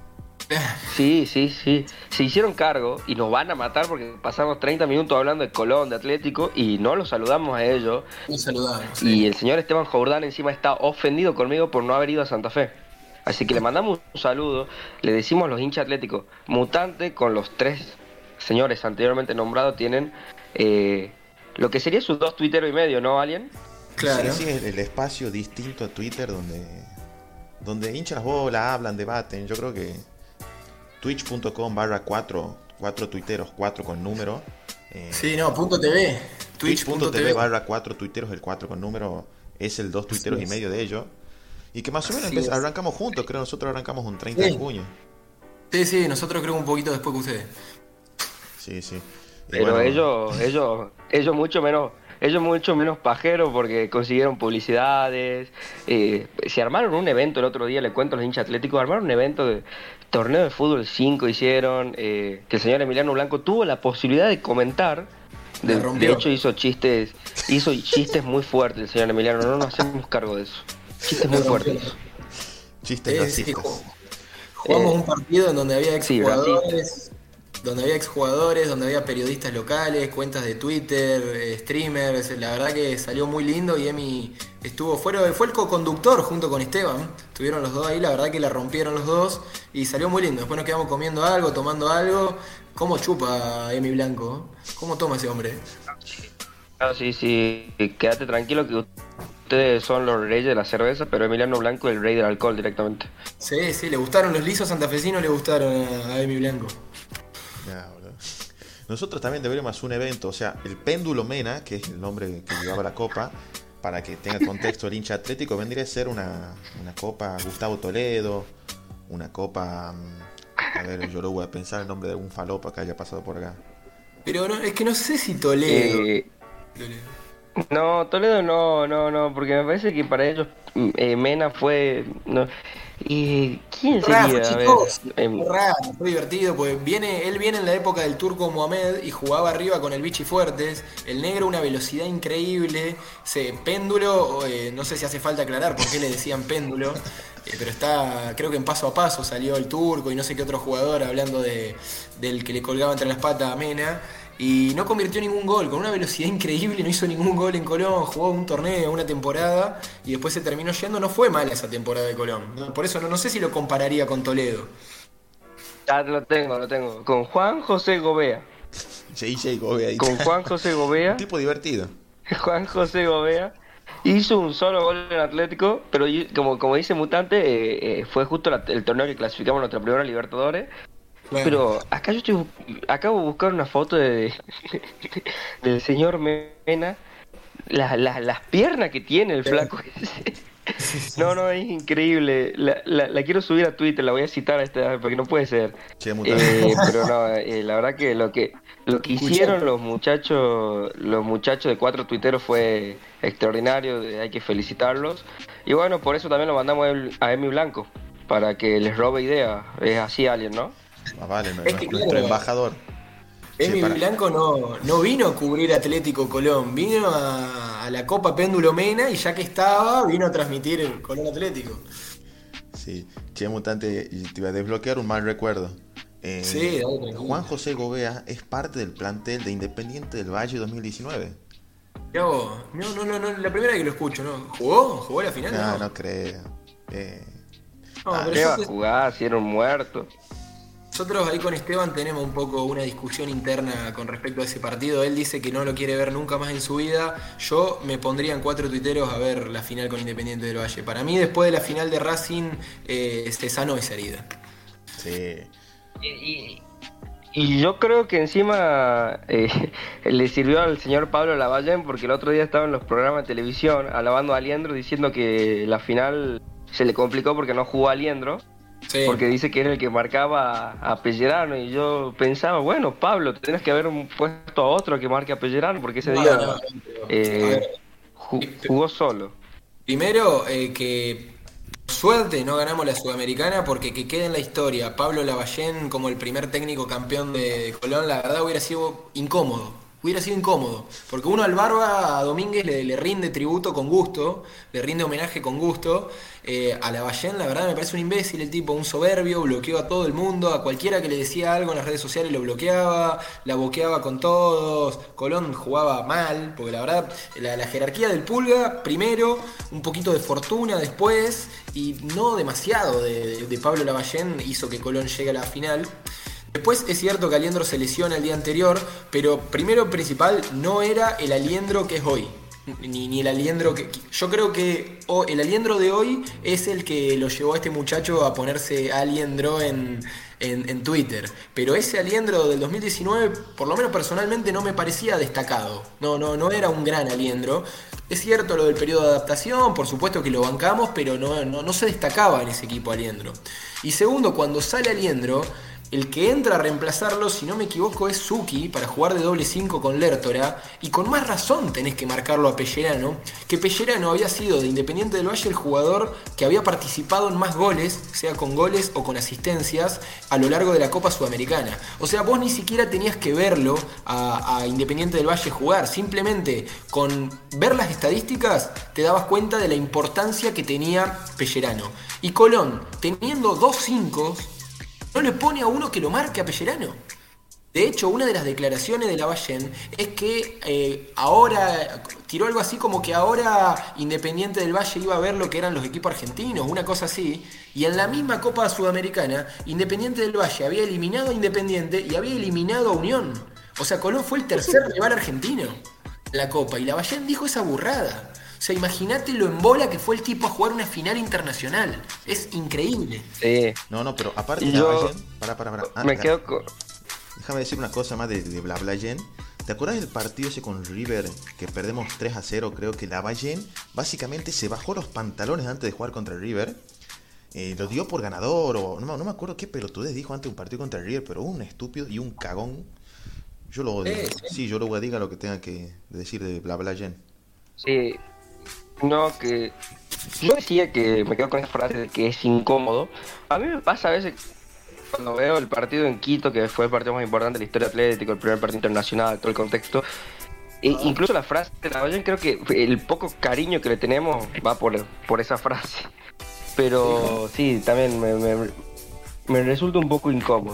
Sí, se hicieron cargo y nos van a matar porque pasamos 30 minutos hablando de Colón, de Atlético, y no los saludamos a ellos. Los saludamos. Y el señor Esteban Jordán encima está ofendido conmigo por no haber ido a Santa Fe. Así que le mandamos un saludo, le decimos a los hinchas atléticos, Mutante con los 3 señores anteriormente nombrados tienen lo que sería sus 2 tuiteros y medio, ¿no, Alien? Claro. Sí, el espacio distinto a Twitter donde hinchan las bolas, hablan, debaten. Yo creo que twitch.com/4 tuiteros, 4 con número. .tv. Twitch.tv /4 tuiteros, el 4 con número es el 2 tuiteros y medio de ellos. Y que más o menos arrancamos juntos, creo nosotros arrancamos un 30 de junio. Sí, nosotros creo un poquito después que ustedes. Sí. Pero bueno, ellos mucho menos pajeros porque consiguieron publicidades. Se armaron un evento el otro día, le cuento a los hinchas atléticos, armaron un evento de torneo de fútbol 5 hicieron, que el señor Emiliano Blanco tuvo la posibilidad de comentar. De hecho hizo chistes muy fuertes el señor Emiliano, no nos hacemos cargo de eso. Chistes muy fuertes. Chistes racistas. Jugamos un partido en donde había exjugadores. Donde había periodistas locales, cuentas de Twitter, streamers. La verdad que salió muy lindo y Emi fue el co-conductor junto con Esteban. Estuvieron los dos ahí, la verdad que la rompieron los dos y salió muy lindo. Después nos quedamos comiendo algo, tomando algo. ¿Cómo chupa Emi Blanco? ¿Cómo toma ese hombre? Sí, quédate tranquilo que ustedes son los reyes de la cerveza, pero Emiliano Blanco es el rey del alcohol directamente. Sí, le gustaron los lisos santafesinos, le gustaron a Emi Blanco. Nosotros también deberíamos hacer un evento, o sea, el Péndulo Mena, que es el nombre que llevaba la copa, para que tenga contexto el hincha atlético, vendría a ser una copa Gustavo Toledo, una copa, a ver, yo lo voy a pensar el nombre de algún falopa que haya pasado por acá. Pero no, es que no sé si Toledo. No, Toledo no, porque me parece que para ellos Mena fue... No. ¿Y quién sería? Fue divertido, pues él viene en la época del turco Mohamed y jugaba arriba con el Vichy Fuertes, el negro una velocidad increíble, péndulo, no sé si hace falta aclarar por qué le decían péndulo, pero creo que en Paso a Paso salió el turco y no sé qué otro jugador hablando del que le colgaba entre las patas a Mena. Y no convirtió ningún gol, con una velocidad increíble, no hizo ningún gol en Colón, jugó un torneo, una temporada, y después se terminó yendo, no fue mala esa temporada de Colón. Por eso no sé si lo compararía con Toledo. Lo tengo, con Juan José Gobea. JJ Gobea. Con Juan José Gobea. Un tipo divertido. Juan José Gobea hizo un solo gol en Atlético, pero como dice Mutante, fue justo el torneo que clasificamos nuestra primera Libertadores. Bueno. Pero acá acabo de buscar una foto del señor Mena, las piernas que tiene el flaco ese. No, es increíble. La quiero subir a Twitter, la voy a citar porque no puede ser. Pero no, la verdad que lo que hicieron los muchachos de 4 tuiteros fue extraordinario, hay que felicitarlos. Y bueno, por eso también lo mandamos a Emi Blanco, para que les robe ideas. Es así, Alien, ¿no? Vale, nuestro embajador. Emi Blanco no vino a cubrir Atlético Colón, vino a la Copa Péndulo Mena y ya que estaba, vino a transmitir el Colón Atlético. Sí, che, Mutante, te iba a desbloquear un mal recuerdo. Sí, dale, Juan José Gobea es parte del plantel de Independiente del Valle 2019. No, la primera vez que lo escucho, ¿no? ¿Jugó la final? No, no creo. ¿Qué va a jugar si era un muerto? Nosotros ahí con Esteban tenemos un poco una discusión interna con respecto a ese partido. Él dice que no lo quiere ver nunca más en su vida. Yo me pondría en 4 tuiteros a ver la final con Independiente del Valle. Para mí, después de la final de Racing, se sanó esa herida. Sí. Y yo creo que encima le sirvió al señor Pablo Lavallén, porque el otro día estaba en los programas de televisión alabando a Aliendro, diciendo que la final se le complicó porque no jugó a Aliendro. Sí. Porque dice que era el que marcaba a Pellerano, y yo pensaba, bueno, Pablo, tenés que haber puesto a otro que marque a Pellerano, porque ese día jugó solo. Primero, que suerte no ganamos la Sudamericana, porque que quede en la historia Pablo Lavallén como el primer técnico campeón de Colón, la verdad hubiera sido incómodo. Porque uno al Barba, a Domínguez le rinde tributo con gusto, le rinde homenaje con gusto. A Lavallén, la verdad, me parece un imbécil el tipo, un soberbio, bloqueó a todo el mundo, a cualquiera que le decía algo en las redes sociales lo bloqueaba, la boqueaba con todos. Colón jugaba mal, porque la verdad, la jerarquía del Pulga, primero, un poquito de fortuna después, y no demasiado de Pablo Lavallén hizo que Colón llegue a la final. Después es cierto que Aliendro se lesiona el día anterior, pero primero principal no era el Aliendro que es hoy, ni el Aliendro que... Yo creo que el Aliendro de hoy es el que lo llevó a este muchacho a ponerse Aliendro en Twitter, pero ese Aliendro del 2019, por lo menos personalmente, no me parecía destacado, no era un gran Aliendro. Es cierto lo del periodo de adaptación, por supuesto que lo bancamos, pero no se destacaba en ese equipo Aliendro. Y segundo, cuando sale Aliendro, el que entra a reemplazarlo, si no me equivoco, es Suki para jugar de doble 5 con Lertora. Y con más razón tenés que marcarlo a Pellerano, que Pellerano había sido de Independiente del Valle el jugador que había participado en más goles, sea con goles o con asistencias, a lo largo de la Copa Sudamericana. O sea, vos ni siquiera tenías que verlo a Independiente del Valle jugar. Simplemente con ver las estadísticas te dabas cuenta de la importancia que tenía Pellerano. Y Colón, teniendo 2 5, no le pone a uno que lo marque a Pellerano. De hecho, una de las declaraciones de Lavallén es que ahora tiró algo así como que ahora Independiente del Valle iba a ver lo que eran los equipos argentinos, una cosa así. Y en la misma Copa Sudamericana, Independiente del Valle había eliminado a Independiente y había eliminado a Unión. O sea, Colón fue el tercer rival argentino en la Copa. Y Lavallén dijo esa burrada. O sea, imagínate lo en bola que fue el tipo a jugar una final internacional. Es increíble. Sí. No, pero aparte de Lavallén... Me quedo con... Déjame decir una cosa más de Lavallén. ¿Te acuerdas del partido ese con River que perdemos 3-0? Creo que Lavallén básicamente se bajó los pantalones antes de jugar contra River. Lo dio por ganador o... No me acuerdo qué pelotudez dijo antes de un partido contra River, pero un estúpido y un cagón. Yo lo odio. Sí, yo lo diga lo que tenga que decir de Lavallén. Sí. No, que yo decía que me quedo con esa frase de que es incómodo. A mí me pasa a veces cuando veo el partido en Quito, que fue el partido más importante de la historia atlética, el primer partido internacional, todo el contexto. Incluso la frase de Lavallén, creo que el poco cariño que le tenemos va por esa frase. Pero sí, también me resulta un poco incómodo.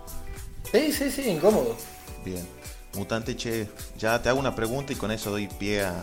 Sí, incómodo. Bien. Mutante, che, ya te hago una pregunta y con eso doy pie a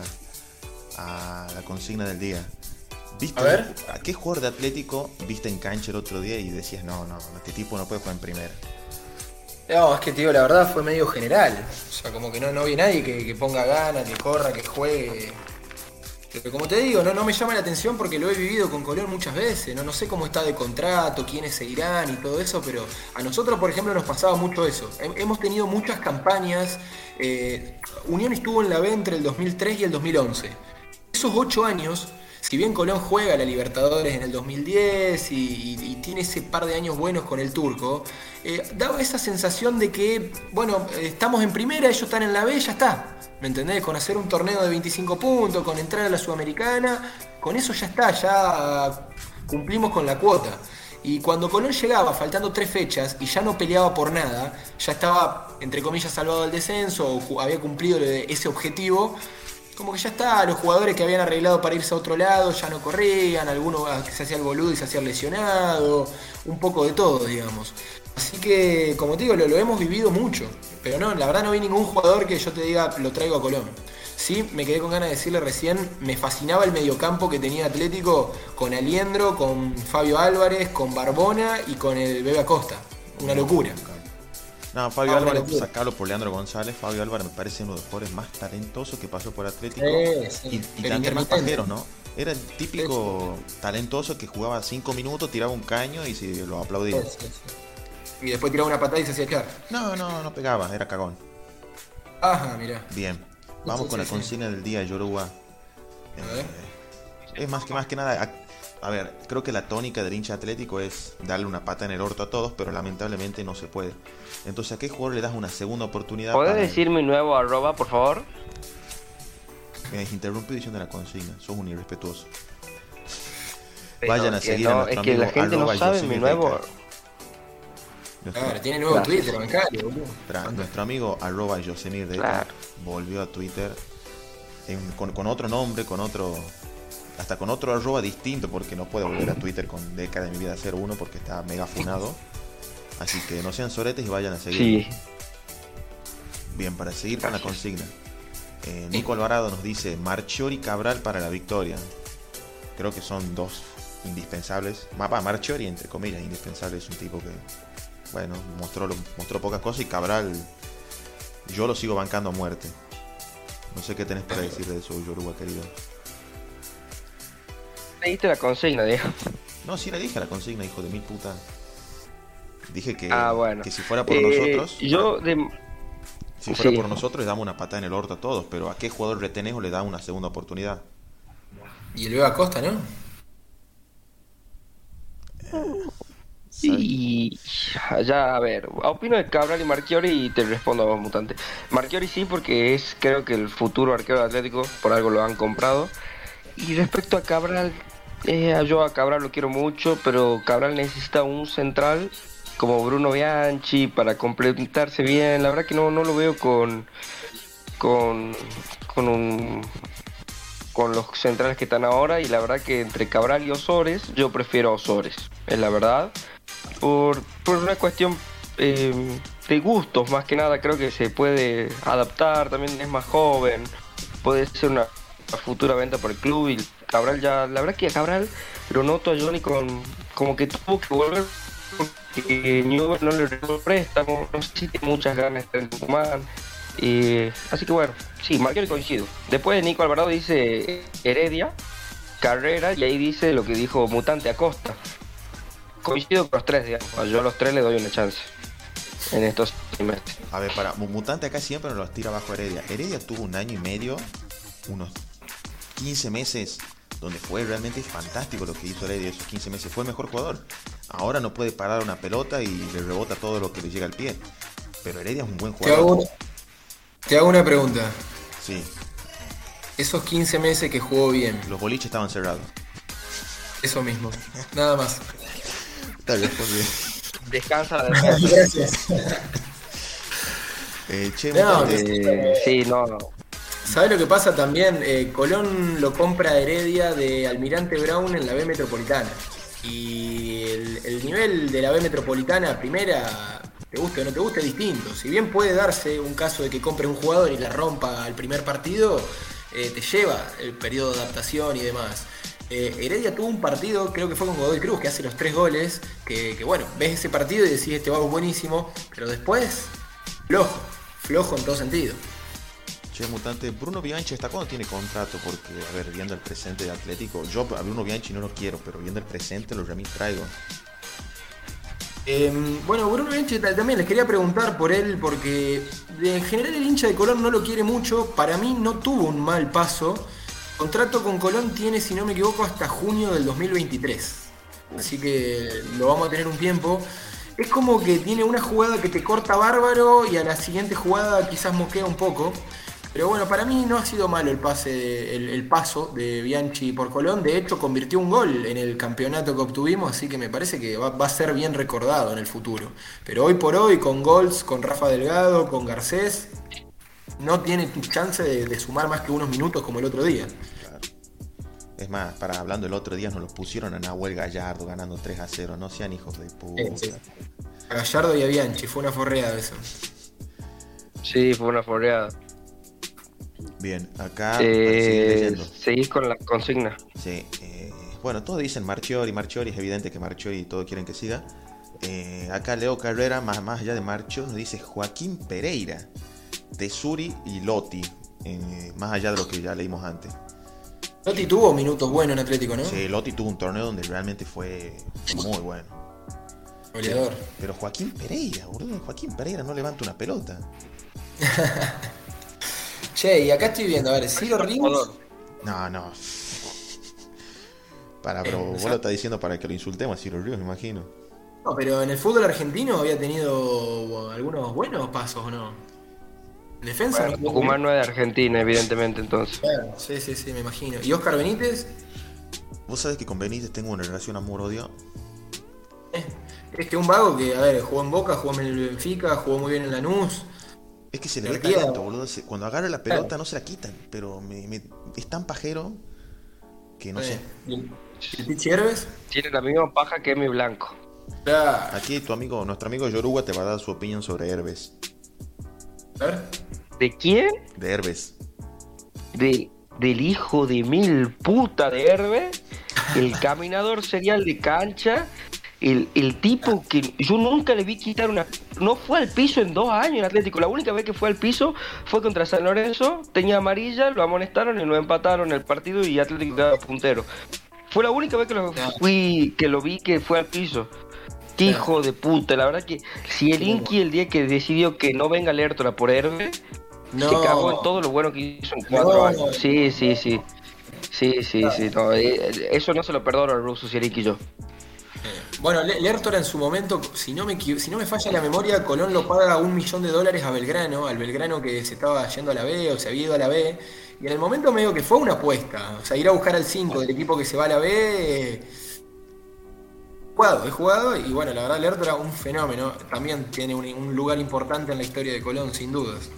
la consigna del día. ¿Viste a qué jugador de Atlético viste en cancha el otro día y decías, no, este tipo no puede jugar en primera? No, es que tío, la verdad fue medio general. O sea, como que no vi nadie que ponga ganas, que corra, que juegue. Pero como te digo, no me llama la atención porque lo he vivido con Colón muchas veces. No sé cómo está de contrato, quiénes se irán y todo eso, pero a nosotros, por ejemplo, nos pasaba mucho eso. Hemos tenido muchas campañas. Unión estuvo en la B entre el 2003 y el 2011. Esos 8 años, si bien Colón juega a la Libertadores en el 2010 y tiene ese par de años buenos con el turco, daba esa sensación de que, bueno, estamos en primera, ellos están en la B, ya está. ¿Me entendés? Con hacer un torneo de 25 puntos, con entrar a la Sudamericana, con eso ya está, ya cumplimos con la cuota. Y cuando Colón llegaba, faltando 3 fechas, y ya no peleaba por nada, ya estaba, entre comillas, salvado del descenso, o había cumplido ese objetivo, como que ya está, los jugadores que habían arreglado para irse a otro lado ya no corrían, alguno se hacía el boludo y se hacía lesionado, un poco de todo, digamos. Así que, como te digo, lo hemos vivido mucho, pero no, la verdad no vi ningún jugador que yo te diga, lo traigo a Colón. Sí, me quedé con ganas de decirle recién, me fascinaba el mediocampo que tenía Atlético con Aliendro, con Fabio Álvarez, con Barbona y con el Bebe Acosta. Una locura. No, Fabio Álvarez, sacarlo por Leandro González. Fabio Álvarez me parece uno de los jugadores más talentosos que pasó por Atlético. Sí. Y también más pajeros, ¿no? Era el típico talentoso que jugaba 5 minutos, tiraba un caño y se lo aplaudía. Sí. Y después tiraba una patada y se hacía echar. No pegaba, era cagón. Ajá, mirá. Bien. Vamos con la consigna del día, Yoruba. Es más que nada, a ver, creo que la tónica del hincha Atlético es darle una pata en el orto a todos, pero lamentablemente no se puede. Entonces, ¿a qué jugador le das una segunda oportunidad? ¿Podés decir mi nuevo @, por favor? Me interrumpí diciendo la consigna, sos un irrespetuoso. Pero vayan a seguir no, a nuestro es que amigo la gente no sabe mi nuevo. Claro, tiene nuevo Twitter, bancario, boludo. Nuestro amigo @Yosemir de volvió a Twitter con otro nombre, hasta con otro arroba distinto, porque no puede volver a Twitter con Deca de mi vida 01 porque está mega funado. Así que no sean soretes y vayan a seguir. Sí. Bien, para seguir con la consigna. Nico Alvarado nos dice Marchiori Cabral para la victoria. Creo que son dos indispensables. Marchiori, entre comillas, indispensable. Es un tipo que, bueno, mostró pocas cosas, y Cabral yo lo sigo bancando a muerte. No sé qué tenés para decir de eso, Yoruba querido. Leíste la consigna, Diego. No, sí le dije la consigna, hijo de mil puta. Dije que, bueno. que si fuera por nosotros, si fuera por nosotros le damos una patada en el orto a todos, pero ¿a qué jugador retenés o le da una segunda oportunidad? Y el Bebe Acosta, ¿no? Y ya, a ver, opino de Cabral y Marchiori y te respondo a vos, mutante. Marchiori sí, porque es, creo que el futuro arquero de Atlético, por algo lo han comprado. Y respecto a Cabral, yo a Cabral lo quiero mucho, pero Cabral necesita un central como Bruno Bianchi para complementarse bien. La verdad que no lo veo con los centrales que están ahora, y la verdad que entre Cabral y Ozores yo prefiero a Ozores, es la verdad, por una cuestión de gustos más que nada. Creo que se puede adaptar, también es más joven, puede ser una futura venta por el club. Y Cabral ya, la verdad que a Cabral lo noto a Johnny como que tuvo que volver porque Newell no le regaló préstamo, no sé si tiene muchas ganas de Tucumán. Así que bueno, sí, Marquero coincido. Después Nico Alvarado dice Heredia, Carrera, y ahí dice lo que dijo Mutante Acosta. Coincido con los tres, digamos. Yo a los tres le doy una chance en estos meses. A ver, para Mutante acá siempre nos los tira abajo Heredia. Heredia tuvo un año y medio, unos 15 meses, donde fue realmente fantástico lo que hizo Heredia. Esos 15 meses fue el mejor jugador. Ahora no puede parar una pelota y le rebota todo lo que le llega al pie. Pero Heredia es un buen jugador. Te hago una pregunta. Sí. Esos 15 meses que jugó bien. Los boliches estaban cerrados. Eso mismo. Nada más. Está bien, pues bien. Descansa. Gracias. Sí, no. ¿Sabes lo que pasa también? Colón lo compra Heredia de Almirante Brown en la B Metropolitana. Y el nivel de la B Metropolitana primera, te guste o no te guste, es distinto. Si bien puede darse un caso de que compres un jugador y la rompa al primer partido, te lleva el periodo de adaptación y demás. Heredia tuvo un partido, creo que fue con Godoy Cruz, que hace los 3 goles, que bueno, ves ese partido y decís, este vago es buenísimo, pero después, flojo en todo sentido. Che, Mutante, Bruno Bianchi, ¿hasta cuándo tiene contrato? Porque, a ver, viendo el presente de Atlético, yo a Bruno Bianchi no lo quiero, pero viendo el presente lo remil traigo. Bueno, Bruno Bianchi también les quería preguntar por él, porque en general el hincha de Colón no lo quiere mucho. Para mí no tuvo un mal paso. Contrato con Colón tiene, si no me equivoco, hasta junio del 2023. Así que lo vamos a tener un tiempo. Es como que tiene una jugada que te corta bárbaro y a la siguiente jugada quizás mosquea un poco. Pero bueno, para mí no ha sido malo el paso de Bianchi por Colón. De hecho, convirtió un gol en el campeonato que obtuvimos, así que me parece que va a ser bien recordado en el futuro. Pero hoy por hoy, con gols, con Rafa Delgado, con Garcés, no tiene chance de sumar más que unos minutos como el otro día. Claro. Es más, hablando el otro día, nos lo pusieron a Nahuel Gallardo ganando 3-0. No sean hijos de puta. Sí. A Gallardo y a Bianchi, fue una forreada eso. Sí, fue una forreada. Bien, acá para seguir leyendo. Seguís con la consigna. Sí, bueno, todos dicen Marchiori, es evidente que Marchiori todos quieren que siga. Acá Leo Carrera, más allá de Marcho, nos dice Joaquín Pereira, Tesuri y Lotti, más allá de lo que ya leímos antes. Lotti tuvo minutos buenos en Atlético, ¿no? Sí, Lotti tuvo un torneo donde realmente fue muy bueno. Goleador. Pero Joaquín Pereira, boludo, Joaquín Pereira no levanta una pelota. Che, y acá estoy viendo, a ver, Ciro Ríos. No. Pero vos lo estás diciendo para que lo insultemos a Ciro Ríos, me imagino. No, pero en el fútbol argentino había tenido algunos buenos pasos, ¿o no? Defensa. Bueno, Tucumán no es de Argentina, evidentemente, entonces. Claro, sí, me imagino. ¿Y Oscar Benítez? Vos sabés que con Benítez tengo una relación amor-odio. Es que un vago que, a ver, jugó en Boca, jugó en el Benfica, jugó muy bien en Lanús. Es que se le ve talento, boludo. Cuando agarra la pelota no se la quitan, pero es tan pajero que no sé. ¿El Pichi Herbes? Tiene la misma paja que Emi Blanco. Claro. Aquí nuestro amigo Yoruba te va a dar su opinión sobre Herbes. A ver. ¿De quién? De Herbes. Del hijo de mil puta de Herbes, el caminador serial de cancha. El tipo que yo nunca le vi quitar no fue al piso en 2 años en Atlético. La única vez que fue al piso fue contra San Lorenzo, tenía amarilla, lo amonestaron y lo empataron el partido y Atlético quedaba puntero. Fue la única vez que lo vi que fue al piso. Qué hijo de puta, la verdad que si el Inqui el día que decidió que no venga Lertora por Herbe, se cagó en todo lo bueno que hizo en 4 años. Sí. No, eso no se lo perdono al ruso Sieriki y yo. Bueno, Lertora en su momento, si no me falla la memoria, Colón lo paga $1 millón a Belgrano, al Belgrano que se estaba yendo a la B o se había ido a la B, y en el momento medio que fue una apuesta, o sea, ir a buscar al 5 del equipo que se va a la B, he jugado, y bueno, la verdad Lertora un fenómeno, también tiene un lugar importante en la historia de Colón, sin dudas.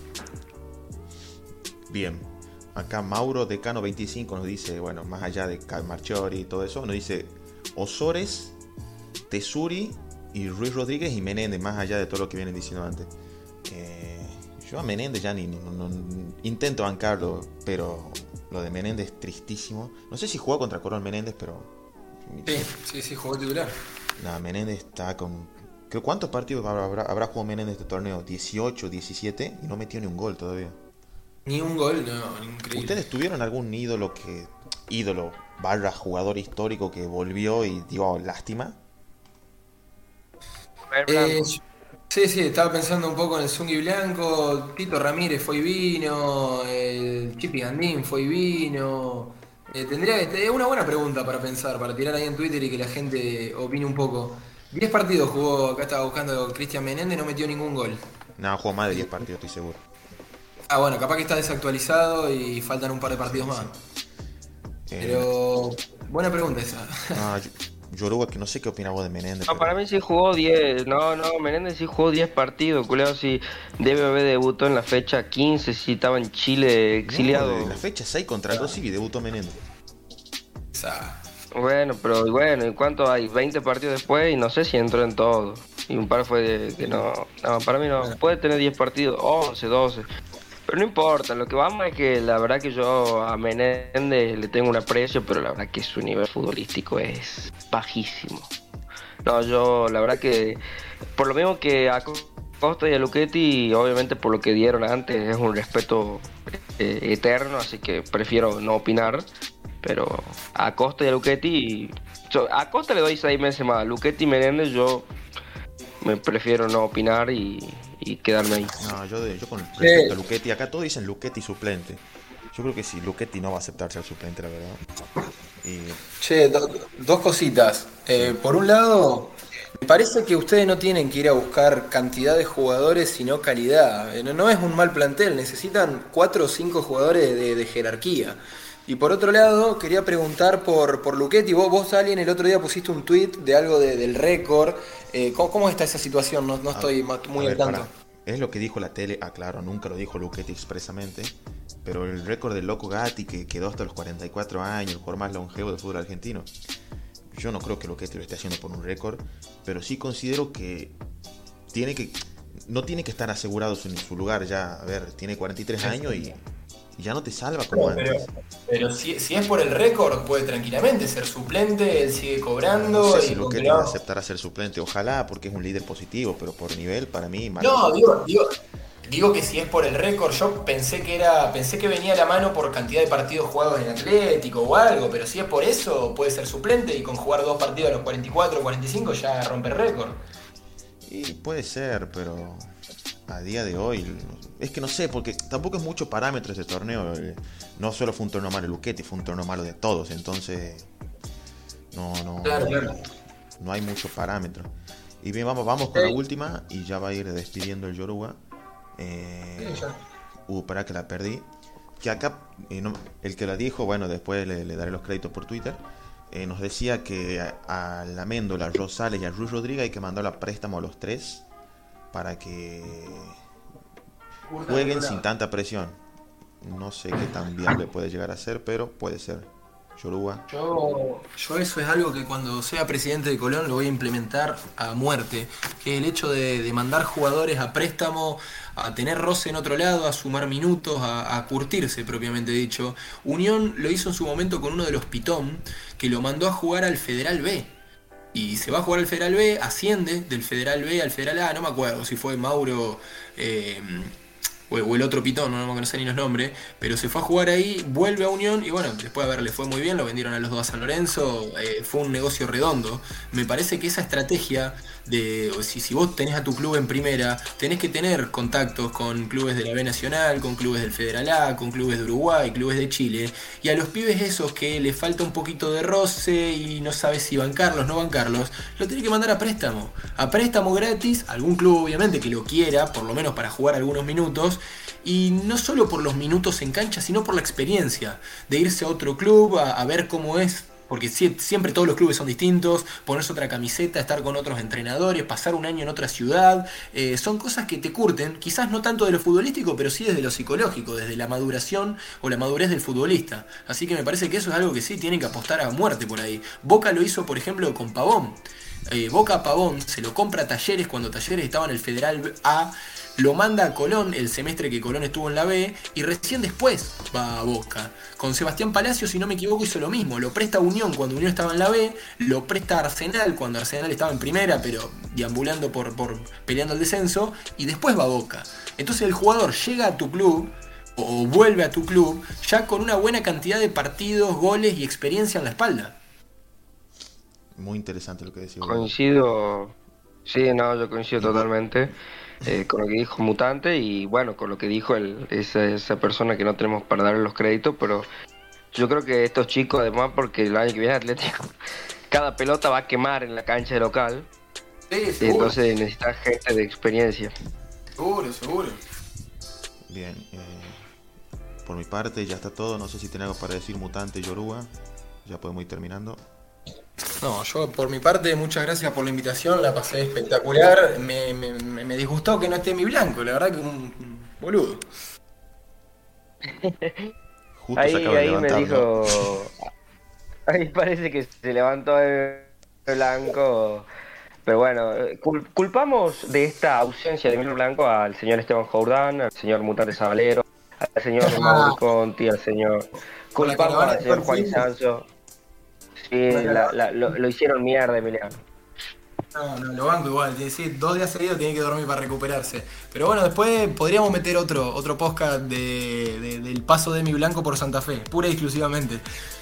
Bien, acá Mauro Decano 25 nos dice, bueno, más allá de Marchiori y todo eso, nos dice Osores, Tesuri y Ruiz Rodríguez y Menéndez, más allá de todo lo que vienen diciendo antes. Yo a Menéndez ya no intento bancarlo, pero lo de Menéndez es tristísimo. No sé si jugó contra Colón Menéndez, pero... Sí, jugó titular. No, Menéndez está con... ¿Cuántos partidos habrá jugado Menéndez este torneo? 18, 17 y no metió ni un gol todavía. Ni un gol, no, increíble. ¿Ustedes tuvieron algún ídolo / jugador histórico que volvió y dio lástima? Sí, estaba pensando un poco en el Zungi Blanco, Tito Ramírez fue y vino, el Chipi Gandín fue y vino. Es una buena pregunta para pensar, para tirar ahí en Twitter y que la gente opine un poco. 10 partidos jugó, acá estaba buscando Cristian Menéndez, no metió ningún gol. No, jugó más de 10 partidos, estoy seguro. Ah, bueno, capaz que está desactualizado y faltan un par de partidos más. Pero buena pregunta esa. Yoruba, que no sé qué opina vos de Menéndez. No, para mí sí jugó 10. No, Menéndez sí jugó 10 partidos. Culeo, sí debe haber debutado en la fecha 15. Si estaba en Chile exiliado. En la fecha 6 contra el 2 sí debutó Menéndez. Bueno, ¿y cuánto hay? 20 partidos después y no sé si entró en todo. Y un par fue que no. No, para mí no. Puede tener 10 partidos, 11, 12. Pero no importa, lo que vamos es que la verdad que yo a Menéndez le tengo un aprecio, pero la verdad que su nivel futbolístico es bajísimo. No, yo la verdad que por lo mismo que a Costa y a Luchetti, obviamente por lo que dieron antes, es un respeto eterno, así que prefiero no opinar. Pero a Costa y a Luchetti, a Costa le doy 6 meses más, a Luchetti y Menéndez yo me prefiero no opinar y quedarme ahí. No, yo con respecto a Luchetti, acá todos dicen Luchetti suplente. Yo creo que sí, Luchetti no va a aceptar ser suplente, la verdad. Che, dos cositas. Por un lado, parece que ustedes no tienen que ir a buscar cantidad de jugadores, sino calidad. No es un mal plantel, necesitan 4 o 5 jugadores de jerarquía. Y por otro lado, quería preguntar por Luchetti. Vos, alguien, el otro día pusiste un tweet de algo del récord. ¿Cómo está esa situación? No estoy muy al tanto. Es lo que dijo la tele, claro, nunca lo dijo Luchetti expresamente, pero el récord del Loco Gatti, que quedó hasta los 44 años, el jugador más longevo del fútbol argentino. Yo no creo que Luchetti lo esté haciendo por un récord, pero sí considero que no tiene que estar asegurado su lugar ya. A ver, tiene 43 años y ya no te salva como antes. Pero si es por el récord, puede tranquilamente ser suplente, él sigue cobrando. No sé si Luchetti va a aceptar a ser suplente, ojalá, porque es un líder positivo, pero por nivel, para mí... No, digo que si es por el récord, yo pensé que venía a la mano por cantidad de partidos jugados en Atlético o algo, pero si es por eso, puede ser suplente y con jugar 2 partidos a los 44 o 45 ya rompe el récord. Y puede ser, pero a día de hoy, es que no sé, porque tampoco es mucho parámetro este torneo. No solo fue un torneo malo de Luchetti, fue un torneo malo de todos, entonces claro. No hay mucho parámetro. Y bien, vamos con la última y ya va a ir despidiendo el Yoruba. Para que la perdí. Que acá el que la dijo, bueno, después le daré los créditos por Twitter. Nos decía que a la Méndola, Rosales y a Ruiz Rodríguez hay que mandar a préstamo a los 3 para que jueguen sin tanta presión. No sé qué tan viable puede llegar a ser, pero puede ser. Yoruba. Yo eso es algo que cuando sea presidente de Colón lo voy a implementar a muerte, que el hecho de mandar jugadores a préstamo, a tener roce en otro lado, a sumar minutos, a curtirse propiamente dicho. Unión lo hizo en su momento con uno de los Pitón, que lo mandó a jugar al Federal B. Y se va a jugar al Federal B, asciende del Federal B al Federal A, no me acuerdo si fue Mauro... o el otro Pitón, no me conocen ni los nombres, pero se fue a jugar ahí, vuelve a Unión y bueno, después le fue muy bien, lo vendieron a los 2 a San Lorenzo, fue un negocio redondo. Me parece que esa estrategia de si vos tenés a tu club en primera, tenés que tener contactos con clubes de la B Nacional, con clubes del Federal A, con clubes de Uruguay, clubes de Chile, y a los pibes esos que les falta un poquito de roce y no sabes si bancarlos, no bancarlos, lo tenés que mandar a préstamo gratis, algún club obviamente que lo quiera, por lo menos para jugar algunos minutos. Y no solo por los minutos en cancha, sino por la experiencia de irse a otro club, a ver cómo es, porque siempre todos los clubes son distintos, ponerse otra camiseta, estar con otros entrenadores, pasar un año en otra ciudad, son cosas que te curten, quizás no tanto de lo futbolístico, pero sí desde lo psicológico, desde la maduración o la madurez del futbolista. Así que me parece que eso es algo que sí tienen que apostar a muerte por ahí. Boca lo hizo, por ejemplo, con Pavón. Boca a Pavón se lo compra a Talleres cuando Talleres estaba en el Federal A, lo manda a Colón el semestre que Colón estuvo en la B y recién después va a Boca. Con Sebastián Palacio, si no me equivoco, hizo lo mismo. Lo presta a Unión cuando Unión estaba en la B, lo presta a Arsenal cuando Arsenal estaba en primera, pero deambulando por peleando el descenso, y después va a Boca. Entonces el jugador llega a tu club o vuelve a tu club ya con una buena cantidad de partidos, goles y experiencia en la espalda. Muy interesante lo que decía. Coincido, sí, no, yo coincido totalmente con lo que dijo Mutante y bueno, con lo que dijo esa persona que no tenemos para darle los créditos, pero yo creo que estos chicos, además, porque el año que viene Atlético, cada pelota va a quemar en la cancha de local, sí, entonces necesitas gente de experiencia. Seguro. Bien, por mi parte ya está todo, no sé si tenés algo para decir Mutante y Yoruba, ya podemos ir terminando. No, yo por mi parte, muchas gracias por la invitación, la pasé espectacular. Me disgustó que no esté mi blanco, la verdad que un boludo. Justo ahí se acaba de levantar, me dijo, ahí parece que se levantó el blanco, pero bueno, culpamos de esta ausencia de Emilio Blanco al señor Esteban Jordán, al señor Mutante Sabalero, al señor Mauro Conti, al señor... Culpamos al señor Juan Sancho. Sí, lo hicieron mierda, Emiliano. No, lo banco igual, sí, 2 días seguidos tiene que dormir para recuperarse. Pero bueno, después podríamos meter otro podcast del paso de mi blanco por Santa Fe, pura y exclusivamente.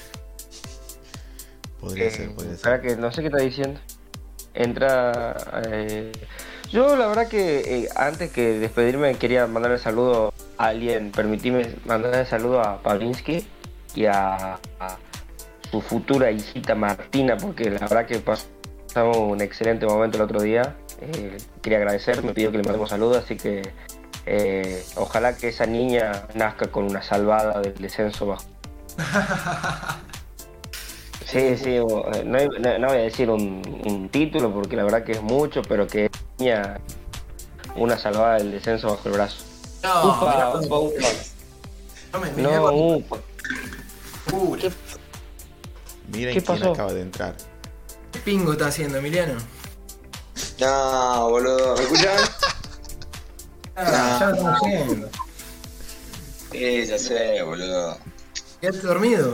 Podría ser. Para que no sé qué está diciendo. Entra. Yo la verdad que antes que despedirme quería mandarle saludo a alguien. Permitime mandarle saludo a Pavlinsky y a su futura hijita Martina, porque la verdad que pasó pasamos un excelente momento el otro día. Quería agradecer, me pidió que le mandemos saludos, así que ojalá que esa niña nazca con una salvada del descenso bajo. Sí, no voy a decir un título porque la verdad que es mucho, pero que niña una salvada del descenso bajo el brazo. No, Upa. Miren ¿Qué quién pasó? acaba de entrar. ¿Qué pingo está haciendo, Emiliano? No, boludo, ¿me escuchan? Ya lo estamos haciendo. Ya sé, boludo. ¿Quedaste dormido?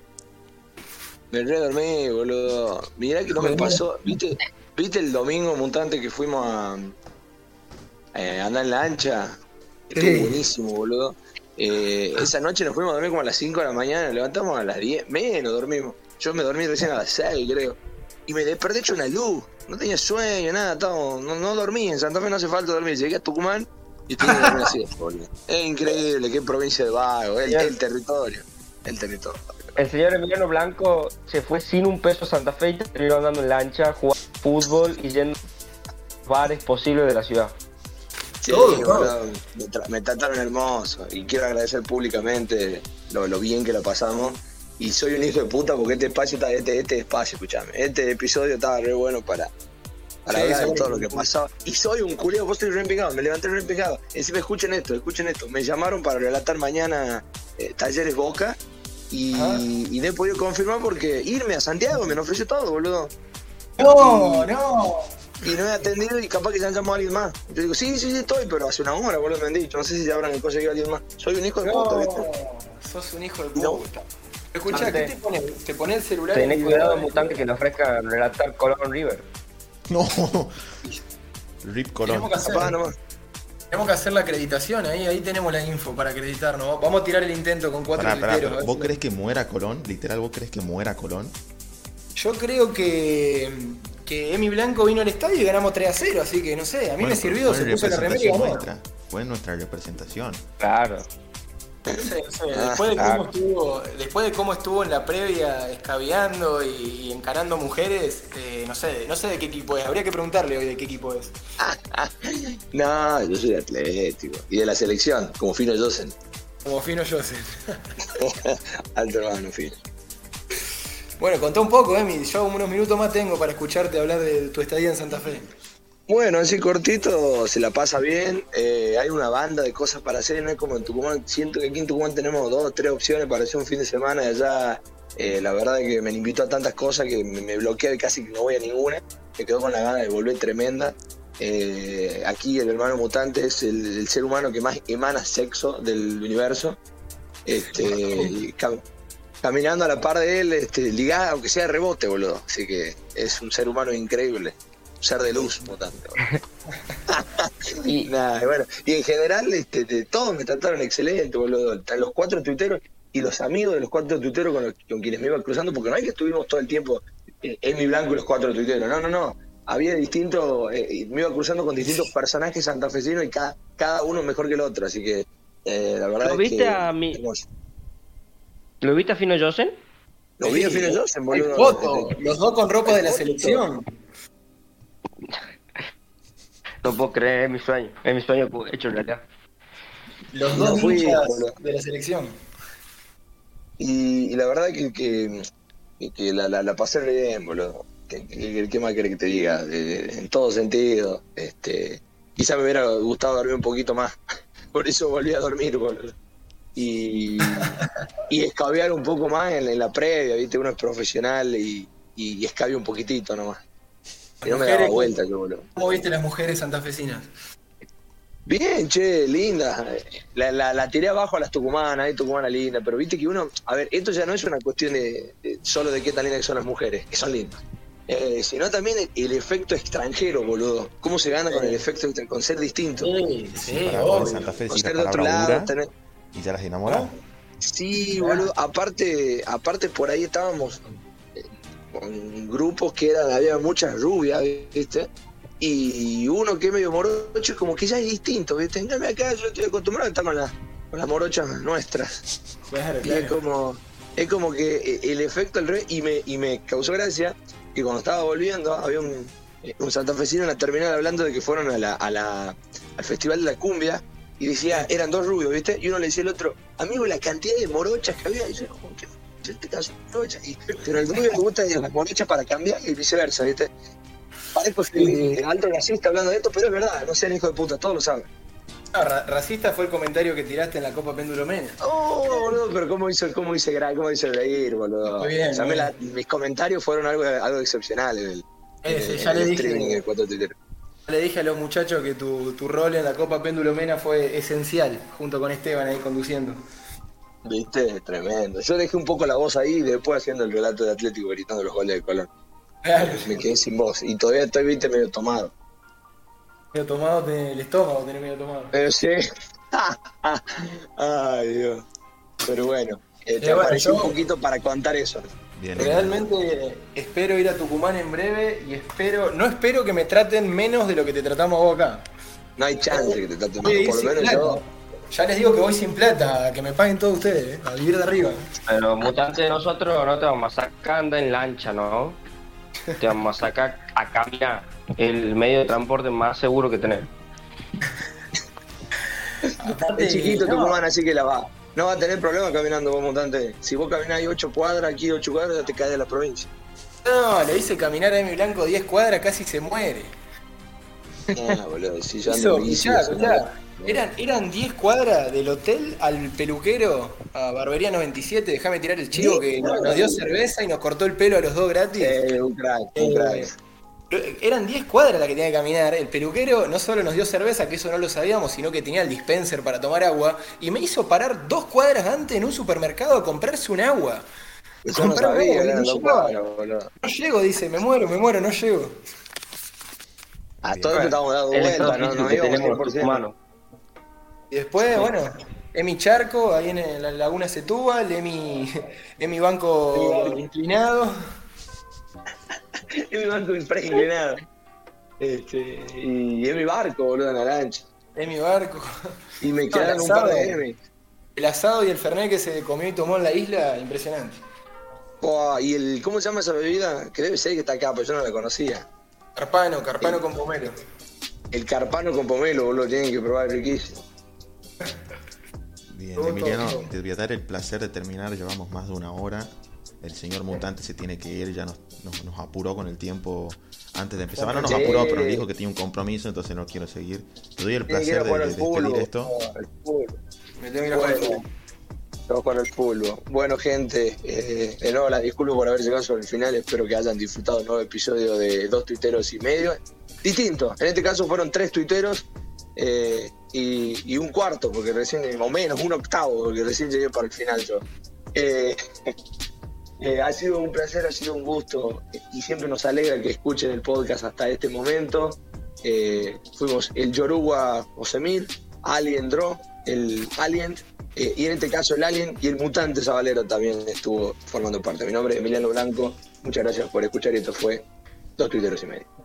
Me redormí, boludo. Mirá que no me pasó. ¿Viste el domingo mutante que fuimos a andar en la ancha? Estuvo Sí. buenísimo, boludo. Esa noche nos fuimos a dormir como a las 5 de la mañana, nos levantamos a las 10, menos dormimos. Yo me dormí recién a las 6, creo. Y me desperté hecho una luz. No tenía sueño, nada, no dormí. En Santa Fe no hace falta dormir. Llegué a Tucumán y tuve que dormir así, boludo. Es increíble, qué provincia de vago, el territorio. El territorio. El señor Emiliano Blanco se fue sin un peso a Santa Fe y terminó andando en lancha, jugando fútbol y yendo a los bares posibles de la ciudad. Sí, Todo. boludo, me trataron hermoso y quiero agradecer públicamente lo bien que lo pasamos. Y soy un hijo de puta porque este espacio, escuchame, este episodio estaba re bueno para hablar de todo lo que pasaba. Y soy un culeo, vos estoy re picado, me levanté re picado. Encima escuchen esto, me llamaron para relatar mañana Talleres Boca y no he podido confirmar porque irme a Santiago me lo ofreció todo, boludo. No. Y no he atendido y capaz que ya han llamado a alguien más. Yo digo, sí, estoy, pero hace una hora, boludo, me han dicho. No sé si ya habrán conseguido a alguien más. Soy un hijo de puta, ¿viste? Sos un hijo de No. puta. Escuchá, ¿qué te pone? ¿Te pone el celular? Tenés en cuidado, vibrador? mutante, que le ofrezca relatar Colón River. No. Rip Colón. Tenemos que hacer- Capaz nomás. Tenemos que hacer la acreditación, ahí tenemos la info para acreditarnos. Vamos a tirar el intento con 4 Pará, tuiteros. a ver ¿vos si- crees que muera Colón? Literal, ¿vos crees que muera Colón? Yo creo que Emi Blanco vino al estadio y ganamos 3-0, así que no sé, a mí me sirvió, se puso la remera y ganó. Fue nuestra representación. Claro. No sé, después de cómo estuvo en la previa escabeando y encarando mujeres, no sé de qué equipo es, habría que preguntarle hoy de qué equipo es. No, yo soy de Atlético. Y de la selección, como Fino Josen. Como Fino Joseph. Alto hermano, Fino. Bueno, contá un poco, Emi, yo unos minutos más tengo para escucharte hablar de tu estadía en Santa Fe. Bueno, así cortito, se la pasa bien. Hay una banda de cosas para hacer, no es como en Tucumán. Siento que aquí en Tucumán tenemos 2 o 3 opciones para hacer un fin de semana y allá la verdad es que me invitó a tantas cosas que me bloqueé, casi que no voy a ninguna. Me quedo con la gana de volver tremenda. Aquí el hermano mutante es el ser humano que más emana sexo del universo. Y caminando a la par de él, ligada, aunque sea de rebote, boludo. Así que es un ser humano increíble. Un ser de luz mutante. Y Nah, bueno, y en general todos me trataron excelente, boludo. Están los 4 tuiteros y los amigos de los 4 tuiteros con quienes me iba cruzando, porque no es que estuvimos todo el tiempo Emi Blanco y los 4 tuiteros, no. Había distintos, me iba cruzando con distintos personajes santafesinos y cada uno mejor que el otro, así que la verdad ¿Lo es viste que hermoso. ¿Lo viste a Fino Josen? Lo vi a Fino Josen, Hay boludo. foto, los dos con ropa de la foto. selección. No puedo creer, es mi sueño hecho realidad. Los No dos fui, hinchas boludo. de la selección. Y la verdad que la pasé re bien, boludo. ¿Qué más querés que te diga? En todo sentido. Quizá me hubiera gustado dormir un poquito más. Por eso volví a dormir, boludo. Y escabear un poco más en la previa, ¿viste? Uno es profesional y escabea un poquitito nomás. Y no me daba vuelta, yo, boludo. ¿Cómo viste las mujeres santafesinas? Bien, che, linda. La tiré abajo a las tucumanas, hay tucumana linda, pero viste que uno, a ver, esto ya no es una cuestión de solo de qué tan lindas que son las mujeres, que son lindas, sino también el efecto extranjero, boludo. ¿Cómo se gana con el efecto con ser distinto? Sí, Para obvio. Santa Fe Con decís ser la de otro palabra lado, dura tener... y ya las enamorás. Sí, boludo. Aparte por ahí estábamos con grupos que había muchas rubias, ¿viste? Y uno que es medio morocho, como que ya es distinto, ¿viste? En cambio acá yo estoy acostumbrado a estar con las morochas nuestras. Claro, Y es como que el efecto al revés, y me causó gracia que cuando estaba volviendo había un santafesino en la terminal hablando de que fueron al Festival de la Cumbia y decía, eran dos rubios, ¿viste? Y uno le decía al otro, amigo, la cantidad de morochas que había. Y yo, ¿qué te caso morocha? Pero el rubio le gusta las morochas para cambiar y viceversa, ¿viste? Parezco alto racista hablando de esto, pero es verdad, no sean hijo de puta, todos lo saben. No, racista fue el comentario que tiraste en la Copa Péndulo Mena. Oh, boludo, pero ¿cómo hizo reír, boludo? Muy bien, o sea, mis comentarios fueron algo excepcional en el ya le streaming dije. de Cuatro Tuiteros. Le dije a los muchachos que tu rol en la Copa Péndulo Mena fue esencial, junto con Esteban ahí conduciendo. Viste, tremendo. Yo dejé un poco la voz ahí y después haciendo el relato de Atlético gritando los goles de Colón. Claro. Me quedé sin voz y todavía estoy, viste, medio tomado. Medio tomado, el estómago tenés medio tomado. Pero sí. Ay, Dios. Pero bueno, te bueno, aparecí un poquito para contar eso. Bien, Realmente espero ir a Tucumán en breve y no espero que me traten menos de lo que te tratamos a vos acá. No hay chance que te traten mal, Sí, por lo sin menos plata. yo. Ya les digo que voy sin plata, que me paguen todos ustedes, a vivir de arriba. Pero mutante, nosotros no te vamos a sacar a andar en lancha, ¿no? Te vamos a sacar a caminar, el medio de transporte más seguro que tenés. Es chiquito No. Tucumán, así que no va a tener problema caminando vos, mutante. Si vos caminás ahí 8 cuadras, aquí 8 cuadras, ya te caes de la provincia. No, le hice caminar a Emi Blanco 10 cuadras, casi se muere. Ah, boludo, si yo Hizo, ando en bici, escuchá, eso escuchá. no. Eran 10 cuadras del hotel al peluquero, a Barbería 97, déjame tirar el chivo, que nos dio cerveza y nos cortó el pelo a los dos gratis. Un crack. Eran 10 cuadras las que tenía que caminar. El peluquero no solo nos dio cerveza, que eso no lo sabíamos, sino que tenía el dispenser para tomar agua. Y me hizo parar 2 cuadras antes en un supermercado a comprarse un agua. Eso no Comprar un sabía, agua, eran no 2 llegaba. cuadras, boludo. No llego, dice, me muero, no llego. A todos nos estamos dando El vuelta, estado no que íbamos tenemos 100%. humano. Y después, bueno, Emi Charco, ahí en la Laguna Setúbal, Emi Banco inclinado. Es mi banco inclinado. Y es mi barco, boludo, en la lancha. Emi Barco. Y me No, quedaron el un par de asado. M. El asado y el fernet que se comió y tomó en la isla, impresionante. Oh, y ¿cómo se llama esa bebida? Que debe ser que está acá, pero yo no la conocía. Carpano con pomelo. El carpano con pomelo, boludo, tienen que probar, es riquísimo. Bien, Todo, Emiliano, todo. te voy a dar el placer de terminar, llevamos más de 1 hora. El señor mutante se tiene que ir, ya nos apuró con el tiempo antes de empezar. No nos Sí. apuró, pero dijo que tiene un compromiso, entonces no quiero seguir. Te doy el Tiene que ir a placer jugar de al despedir fútbol, esto. al fútbol. Me tengo que ir a jugar al Bueno, fútbol. vamos con el fútbol. Bueno, gente, de nuevo las disculpo por haber llegado sobre el final. Espero que hayan disfrutado el nuevo episodio de 2 tuiteros y medio. Distinto, en este caso fueron 3 tuiteros y un cuarto, porque recién, o menos, un octavo, porque recién llegué para el final yo. Ha sido un placer, ha sido un gusto y siempre nos alegra que escuchen el podcast hasta este momento. Fuimos el Yoruba Osemir, Alien Draw, el Alien, y en este caso el Alien y el Mutante Zabalero también estuvo formando parte. Mi nombre es Emiliano Blanco, muchas gracias por escuchar y esto fue 2 tuiteros y medio.